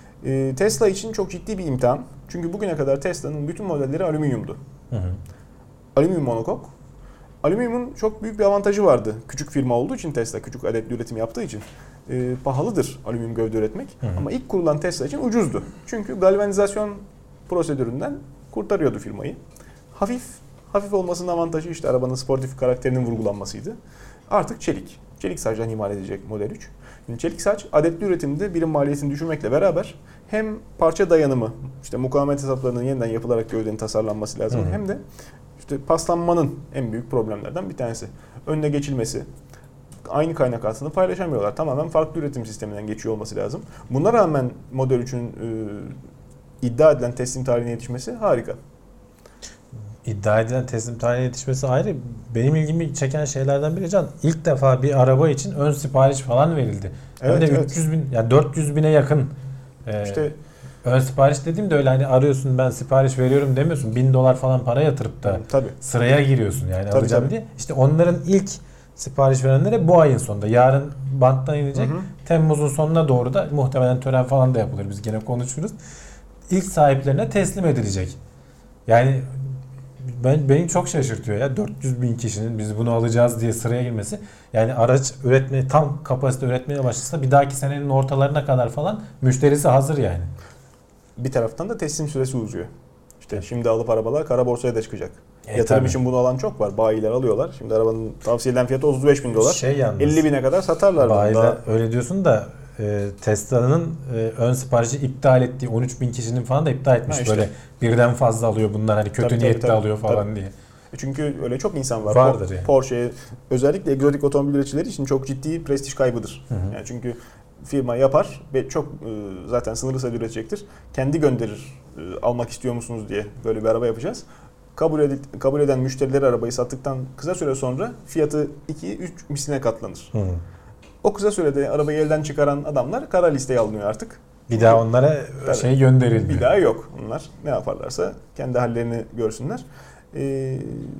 Tesla için çok ciddi bir imtihan. Çünkü bugüne kadar Tesla'nın bütün modelleri alüminyumdu. Hı hı. Alüminyum monokok. Alüminyumun çok büyük bir avantajı vardı. Küçük firma olduğu için Tesla, küçük adetli üretim yaptığı için e, pahalıdır alüminyum gövde üretmek. Hı hı. Ama ilk kurulan Tesla için ucuzdu. Çünkü galvanizasyon prosedüründen kurtarıyordu firmayı. Hafif, hafif olmasının avantajı işte arabanın sportif karakterinin vurgulanmasıydı. Artık çelik. Çelik saçtan imal edecek Model üç. Şimdi çelik saç adetli üretimde birim maliyetini düşürmekle beraber hem parça dayanımı, işte mukavemet hesaplarının yeniden yapılarak gövdenin tasarlanması lazım. Hı hı. Hem de işte paslanmanın en büyük problemlerden bir tanesi. Önüne geçilmesi. Aynı kaynak aslında paylaşamıyorlar. Tamamen farklı üretim sisteminden geçiyor olması lazım. Buna rağmen Model üçün e, iddia edilen teslim tarihine yetişmesi harika. İddia edilen teslim tarihine yetişmesi ayrı. Benim ilgimi çeken şeylerden biri Can. İlk defa bir araba için ön sipariş falan verildi. Evet, Hem de evet. üç yüz bin, yani dört yüz bine yakın. E, işte ön sipariş dediğimde öyle hani arıyorsun ben sipariş veriyorum demiyorsun. Bin dolar falan para yatırıp da tabii. sıraya giriyorsun yani tabii, alacağım tabii. diye. İşte onların ilk sipariş verenlere bu ayın sonunda. Yarın banttan inecek. Hı hı. Temmuz'un sonuna doğru da muhtemelen tören falan da yapılır. Biz gene konuşuruz. İlk sahiplerine teslim edilecek. Yani ben beni çok şaşırtıyor ya. dört yüz bin kişinin biz bunu alacağız diye sıraya girmesi. Yani araç üretmeye tam kapasite üretmeye başlasa bir dahaki senenin ortalarına kadar falan müşterisi hazır yani. Bir taraftan da teslim süresi uzuyor. İşte evet. Şimdi alıp arabalar kara borsaya da çıkacak. E, Yatırım tabii. için bunu alan çok var. Bayiler alıyorlar. Şimdi arabanın tavsiye edilen fiyatı otuz beş bin dolar. Şey yalnız, elli bine kadar satarlar. Bayiler daha... öyle diyorsun da e, Tesla'nın e, ön siparişi iptal ettiği on üç bin kişinin falan da iptal etmiş. Ha işte. Böyle birden fazla alıyor bunlar hani kötü tabii, niyetli tabii, alıyor falan tabii. diye. Çünkü öyle çok insan var. Vardır yani. Porsche özellikle egzotik otomobil üreticileri için çok ciddi prestij kaybıdır. Hı hı. Yani çünkü firma yapar ve çok zaten sınırlı sayıda üretecektir. Kendi gönderir almak istiyor musunuz diye böyle bir araba yapacağız. Kabul, ed- kabul eden müşterileri arabayı sattıktan kısa süre sonra fiyatı iki üç misline katlanır. Hı. O kısa sürede arabayı elden çıkaran adamlar kara listeye alınıyor artık. Bir daha onlara Tabii. şey gönderilmiyor. Bir daha yok. Onlar ne yaparlarsa kendi hallerini görsünler. Ee,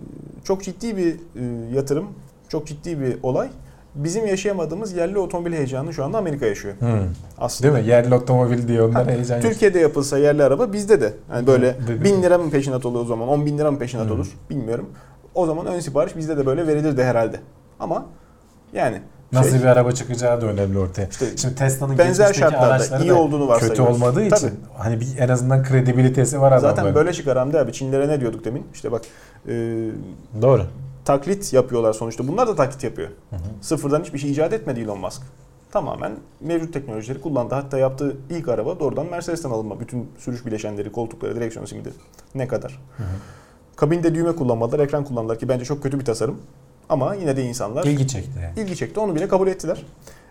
çok ciddi bir e, yatırım, çok ciddi bir olay. Bizim yaşayamadığımız yerli otomobil heyecanı şu anda Amerika yaşıyor. Hmm. Aslında. Değil mi? Yerli otomobil diye onlar ha, heyecan. Türkiye'de yapılsa yerli araba bizde de. Yani böyle Hı. bin lira mı peşinat olur o zaman, on bin lira mı peşinat hmm. olur bilmiyorum. O zaman ön sipariş bizde de böyle verilirdi herhalde. Ama yani nasıl şey, bir araba çıkacağı da önemli ortaya. İşte şimdi Tesla'nın benzer şartlarda iyi olduğunu varsayıyoruz. Kötü olmadığı için tabii. Hani bir en azından kredibilitesi var adamların. Zaten böyle çıkar Hamdi abi. Çinlilere ne diyorduk demin? İşte bak. E, Doğru. Taklit yapıyorlar sonuçta. Bunlar da taklit yapıyor. Hı hı. Sıfırdan hiçbir şey icat etmedi Elon Musk. Tamamen mevcut teknolojileri kullandı. Hatta yaptığı ilk araba doğrudan Mercedes'ten alınma. Bütün sürüş bileşenleri, koltukları, direksiyon simidi ne kadar. Hı hı. Kabinde düğme kullanmadılar, ekran kullandılar ki bence çok kötü bir tasarım. Ama yine de insanlar ilgi çekti. Yani. İlgi çekti. Onu bile kabul ettiler.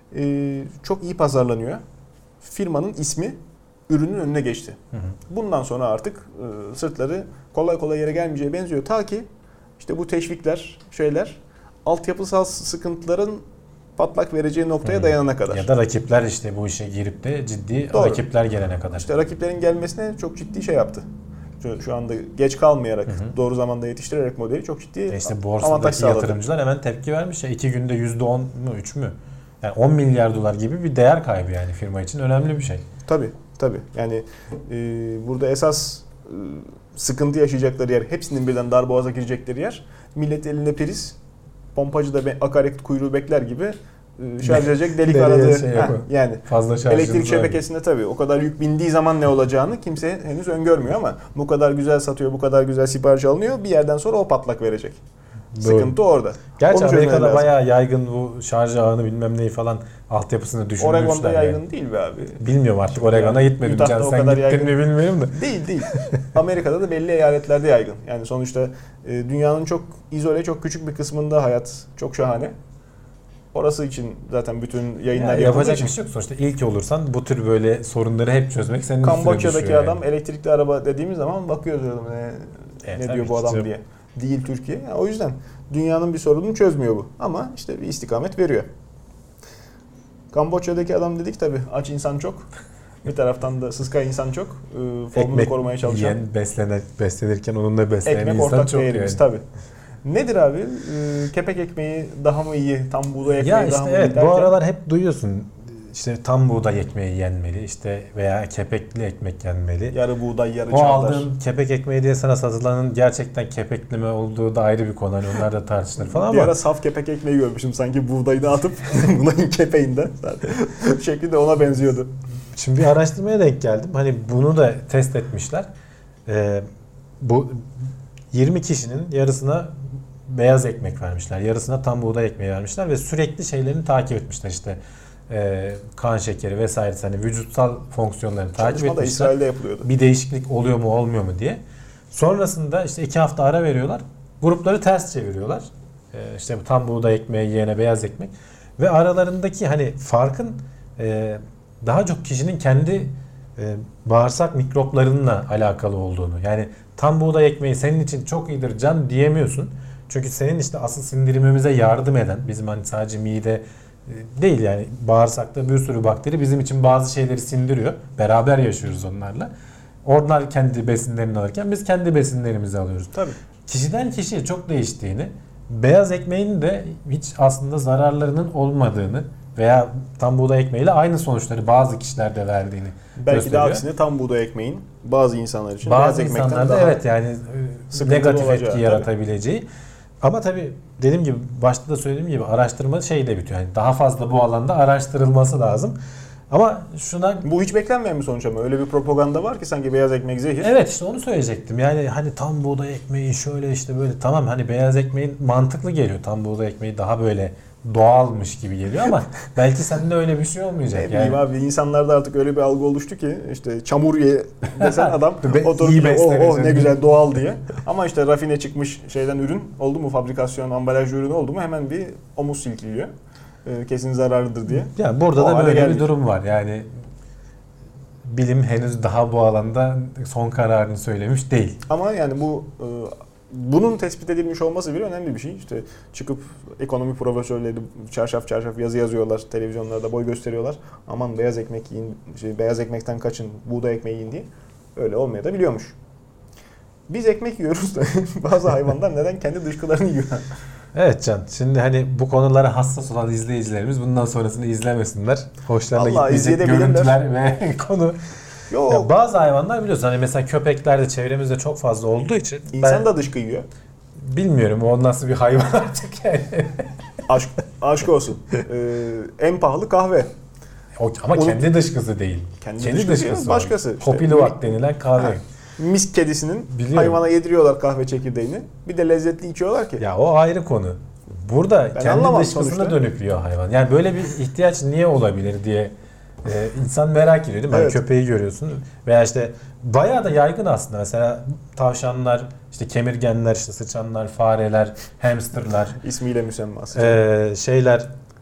Ee, çok iyi pazarlanıyor. Firmanın ismi ürünün önüne geçti. Hı hı. Bundan sonra artık e, sırtları kolay kolay yere gelmeyeceğe benziyor. Ta ki işte bu teşvikler, şeyler, altyapısal sıkıntıların patlak vereceği noktaya hmm. dayanana kadar. Ya da rakipler işte bu işe girip de ciddi Doğru. rakipler gelene kadar. İşte rakiplerin gelmesine çok ciddi şey yaptı. Şu, şu anda geç kalmayarak, hı hı. doğru zamanda yetiştirerek modeli çok ciddi e işte avantaj sağladı. Yatırımcılar hemen tepki vermiş ya. iki günde yüzde on mu üç mü? Yani on milyar dolar gibi bir değer kaybı yani firma için önemli bir şey. Tabii tabii. Yani e, burada esas e, sıkıntı yaşayacakları yer, hepsinin birden darboğaza girecekleri yer, millet elinde priz, pompacıda akaryakıt kuyruğu bekler gibi e, şarj edecek delik aradığı. Şey Heh, yani fazla elektrik şebekesinde tabii o kadar yük bindiği zaman ne olacağını kimse henüz öngörmüyor ama bu kadar güzel satıyor, bu kadar güzel sipariş alınıyor, bir yerden sonra o patlak verecek. Doğru. Sıkıntı orada. Gerçi Onu Amerika'da bayağı yaygın bu şarj ağını bilmem neyi falan altyapısını düşünmüşler. Oregon'da yaygın yani. değil be abi. Bilmiyorum artık Oregon'a yani, gitmedim. Can, sen gittin yaygın. mi bilmiyorum da. Değil değil. Amerika'da da belli eyaletlerde yaygın. Yani sonuçta e, dünyanın çok izole, çok küçük bir kısmında hayat çok şahane. Orası için zaten bütün yayınlar yani yapacak için. bir şey yok. Sonuçta ilk olursan bu tür böyle sorunları hep çözmek senin üstüne düşüyor. Kamboçya'daki adam yani. Elektrikli araba dediğimiz zaman bakıyoruz adam ne, evet, ne diyor bu adam canım. diye. Değil Türkiye. Yani o yüzden dünyanın bir sorununu çözmüyor bu. Ama işte bir istikamet veriyor. Kamboçya'daki adam dedik tabii aç insan çok. Bir taraftan da sıska insan çok. E, formunu korumaya çalışan. Ekmek yiyen, beslenir, beslenirken onunla beslenen ekmek insan ortak çok değerimiz yani. Tabii. Nedir abi? E, kepek ekmeği daha mı iyi? Tam buğday ekmeği ya işte daha mı evet, iyi derken? Bu aralar hep duyuyorsun. İşte tam buğday ekmeği yenmeli, işte veya kepekli ekmek yenmeli. Yarı buğday, yarı o çavdar. O aldığın kepek ekmeği diye sana satılanın gerçekten kepekli mi olduğu da ayrı bir konu. Hani onlar da tartışılır falan bir ama. Bir ara saf kepek ekmeği görmüşüm sanki buğdayını atıp bunların kepeğinden. Şekli de ona benziyordu. Şimdi bir araştırmaya denk geldim. Hani bunu da test etmişler. Ee, bu yirmi kişinin yarısına beyaz ekmek vermişler. Yarısına tam buğday ekmeği vermişler ve sürekli şeylerini takip etmişler işte. E, kan şekeri vesaire hani vücutsal fonksiyonlarını takip etmişler. İsrail'de yapılıyordu. Bir değişiklik oluyor mu olmuyor mu diye. Sonrasında işte iki hafta ara veriyorlar. Grupları ters çeviriyorlar. E, işte bu tam buğday ekmeği yiyene beyaz ekmek. Ve aralarındaki hani farkın e, daha çok kişinin kendi e, bağırsak mikroplarıyla alakalı olduğunu. Yani tam buğday ekmeği senin için çok iyidir can diyemiyorsun. Çünkü senin işte asıl sindirimimize yardım eden, bizim hani sadece mide değil yani bağırsakta bir sürü bakteri bizim için bazı şeyleri sindiriyor. Beraber yaşıyoruz onlarla. Onlar kendi besinlerini alırken biz kendi besinlerimizi alıyoruz. Tabii. Kişiden kişiye çok değiştiğini, beyaz ekmeğin de hiç aslında zararlarının olmadığını veya tam buğday ekmeğiyle aynı sonuçları bazı kişilerde verdiğini belki gösteriyor. de aksine tam buğday ekmeğin bazı insanlar için bazı insanlarda evet yani negatif etki tabii. yaratabileceği. Ama tabii dediğim gibi başta da söylediğim gibi araştırma şeyle bitiyor. Yani daha fazla bu alanda araştırılması lazım. Ama şuna... Bu hiç beklenmeyen bir sonuç ama öyle bir propaganda var ki sanki beyaz ekmek zehir. Evet işte onu söyleyecektim. Yani hani tam buğday ekmeği şöyle işte böyle tamam hani beyaz ekmeğin mantıklı geliyor. Tam buğday ekmeği daha böyle doğalmış gibi geliyor ama belki sende öyle bir şey olmayacak. Ne bileyim yani. Abi insanlarda artık öyle bir algı oluştu ki işte çamur ye desen adam oturup oh, oh ne güzel doğal diye. Ama işte rafine çıkmış şeyden ürün oldu mu fabrikasyon ambalaj ürünü oldu mu hemen bir omuz silkiliyor. Kesin zararlıdır diye. Yani burada o da böyle geldik. Bir durum var. Yani bilim henüz daha bu alanda son kararını söylemiş değil. Ama yani bu bunun tespit edilmiş olması bile önemli bir şey. İşte çıkıp ekonomi profesörleri çarşaf çarşaf yazı yazıyorlar, televizyonlarda boy gösteriyorlar. Aman beyaz ekmek yiyin, şey, beyaz ekmekten kaçın, buğday ekmeği yiyin diye. Öyle olmaya da biliyormuş. Biz ekmek yiyoruz da bazı hayvanlar neden kendi dışkılarını yiyor? Evet Can, şimdi hani bu konulara hassas olan izleyicilerimiz bundan sonrasını izlemesinler. Hoşlarına gitmeyecek görüntüler ve konu. Ya bazı hayvanlar biliyorsun hani mesela köpekler de çevremizde çok fazla olduğu için. İnsan da dışkı yiyor. Bilmiyorum o nasıl bir hayvan artık yani. Aşk, aşk olsun. Ee, en pahalı kahve. O, ama Onu, kendi dışkısı değil. Kendi, kendi dışkısı, dışkısı başkası. İşte, Poppy Luwak denilen kahve. Ha. Misk kedisinin Biliyorum. hayvana yediriyorlar kahve çekirdeğini. Bir de lezzetli içiyorlar ki. Ya o ayrı konu. Burada ben kendi dışkısına sonuçta. dönüklüyor hayvan. Yani böyle bir ihtiyaç niye olabilir diye e, insan merak ediyor değil mi? Evet. Yani köpeği görüyorsun veya işte bayağı da yaygın aslında. Mesela tavşanlar, işte kemirgenler, işte sıçanlar, fareler, hamsterlar. İsmiyle müsemması. E, şeyler,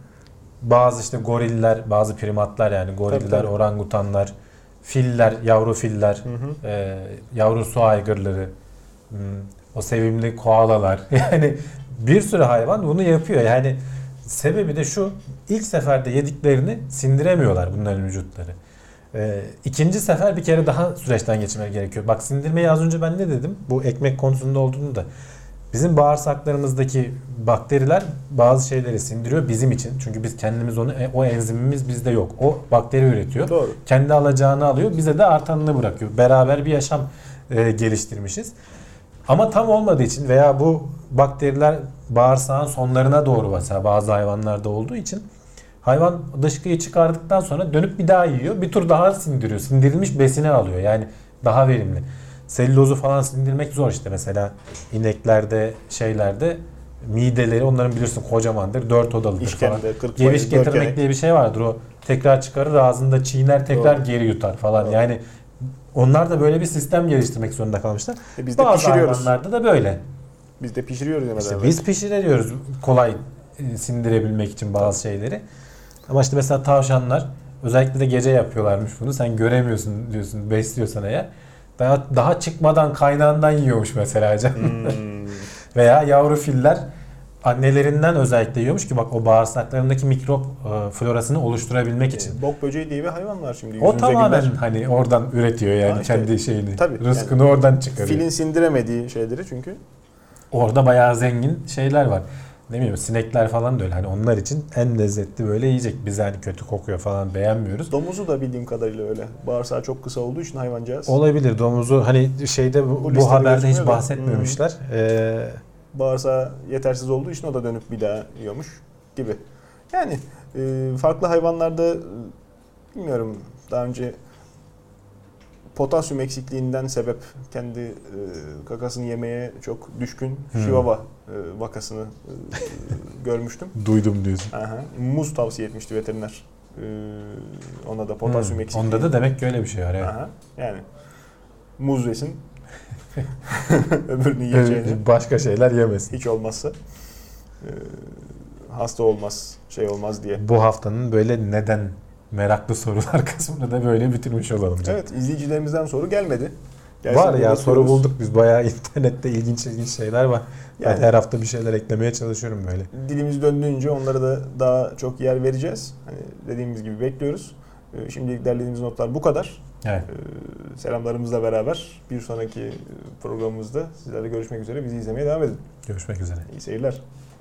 bazı işte goriller, bazı primatlar yani goriller, tabii, tabii. orangutanlar. Filler, yavru filler, hı hı. E, yavru su aygırları, hmm, o sevimli koalalar. Yani bir sürü hayvan bunu yapıyor. Yani sebebi de şu, ilk seferde yediklerini sindiremiyorlar bunların vücutları. E, ikinci sefer bir kere daha süreçten geçirmek gerekiyor. Bak sindirmeyi az önce ben ne dedim? Bu ekmek konusunda olduğunu da. Bizim bağırsaklarımızdaki bakteriler bazı şeyleri sindiriyor bizim için. Çünkü biz kendimiz onu, o enzimimiz bizde yok. O bakteri üretiyor. Doğru. Kendi alacağını alıyor. Bize de artanını bırakıyor. Beraber bir yaşam e, geliştirmişiz. Ama tam olmadığı için veya bu bakteriler bağırsağın sonlarına doğru mesela bazı hayvanlarda olduğu için hayvan dışkıyı çıkardıktan sonra dönüp bir daha yiyor. Bir tur daha sindiriyor. Sindirilmiş besini alıyor. Yani daha verimli. Selülozu falan sindirmek zor işte mesela ineklerde şeylerde mideleri onların bilirsin kocamandır dört odalıdır İşkemde, falan. Geviş getirmek diye bir şey vardır o tekrar çıkarır ağzında çiğner tekrar Doğru. geri yutar falan Doğru. yani onlar da böyle bir sistem geliştirmek zorunda kalmışlar. E biz de Bazı pişiriyoruz. hayvanlarda da böyle. Biz de pişiriyoruz. İşte biz pişiriyoruz kolay sindirebilmek için bazı şeyleri. Ama işte mesela tavşanlar özellikle de gece yapıyorlarmış bunu sen göremiyorsun diyorsun besliyorsan eğer. Daha, daha çıkmadan kaynağından yiyormuş mesela can. Hmm. Veya yavru filler annelerinden özellikle yiyormuş ki bak o bağırsaklarındaki mikrop e, florasını oluşturabilmek için. E, bok böceği diye bir hayvan var şimdi. O tamamen güller. Hani oradan üretiyor yani ha, işte, kendi şeyini. Tabii, rızkını yani, oradan çıkarıyor. Filin sindiremediği şeyleri çünkü. Orada bayağı zengin şeyler var. Ne bileyim sinekler falan da öyle. Hani onlar için en lezzetli böyle yiyecek. Biz hani kötü kokuyor falan beğenmiyoruz. Domuzu da bildiğim kadarıyla öyle. Bağırsağı çok kısa olduğu için hayvancağız. Olabilir. Domuzu hani şeyde bu, bu, bu haberde hiç bahsetmemişler. Hmm. Ee, Bağırsağı yetersiz olduğu için o da dönüp bir daha yiyormuş gibi. Yani e, farklı hayvanlarda bilmiyorum daha önce potasyum eksikliğinden sebep kendi e, kakasını yemeye çok düşkün hmm. Chihuahua e, vakasını e, görmüştüm. Duydum diyorsun. Aha. Muz tavsiye etmişti veteriner. E, ona da potasyum hmm. eksikliği. Onda da demek ki öyle bir şey var. Evet. Aha. Yani muz yesin. Öbürünü yiyeceğini. Başka şeyler yemesin. Hiç olmazsa. E, hasta olmaz, şey olmaz diye. Bu haftanın böyle neden meraklı sorular kısmını da böyle bitirmiş olalım. Canım. Evet, izleyicilerimizden soru gelmedi. Gelse var ya soru bulduk biz. Bayağı internette ilginç ilginç şeyler var. Yani, ben her hafta bir şeyler eklemeye çalışıyorum böyle. Dilimiz döndüğünce onlara da daha çok yer vereceğiz. Hani dediğimiz gibi bekliyoruz. Şimdilik derlediğimiz notlar bu kadar. Evet. Selamlarımızla beraber bir sonraki programımızda sizlerle görüşmek üzere. Bizi izlemeye devam edin. Görüşmek üzere. İyi seyirler.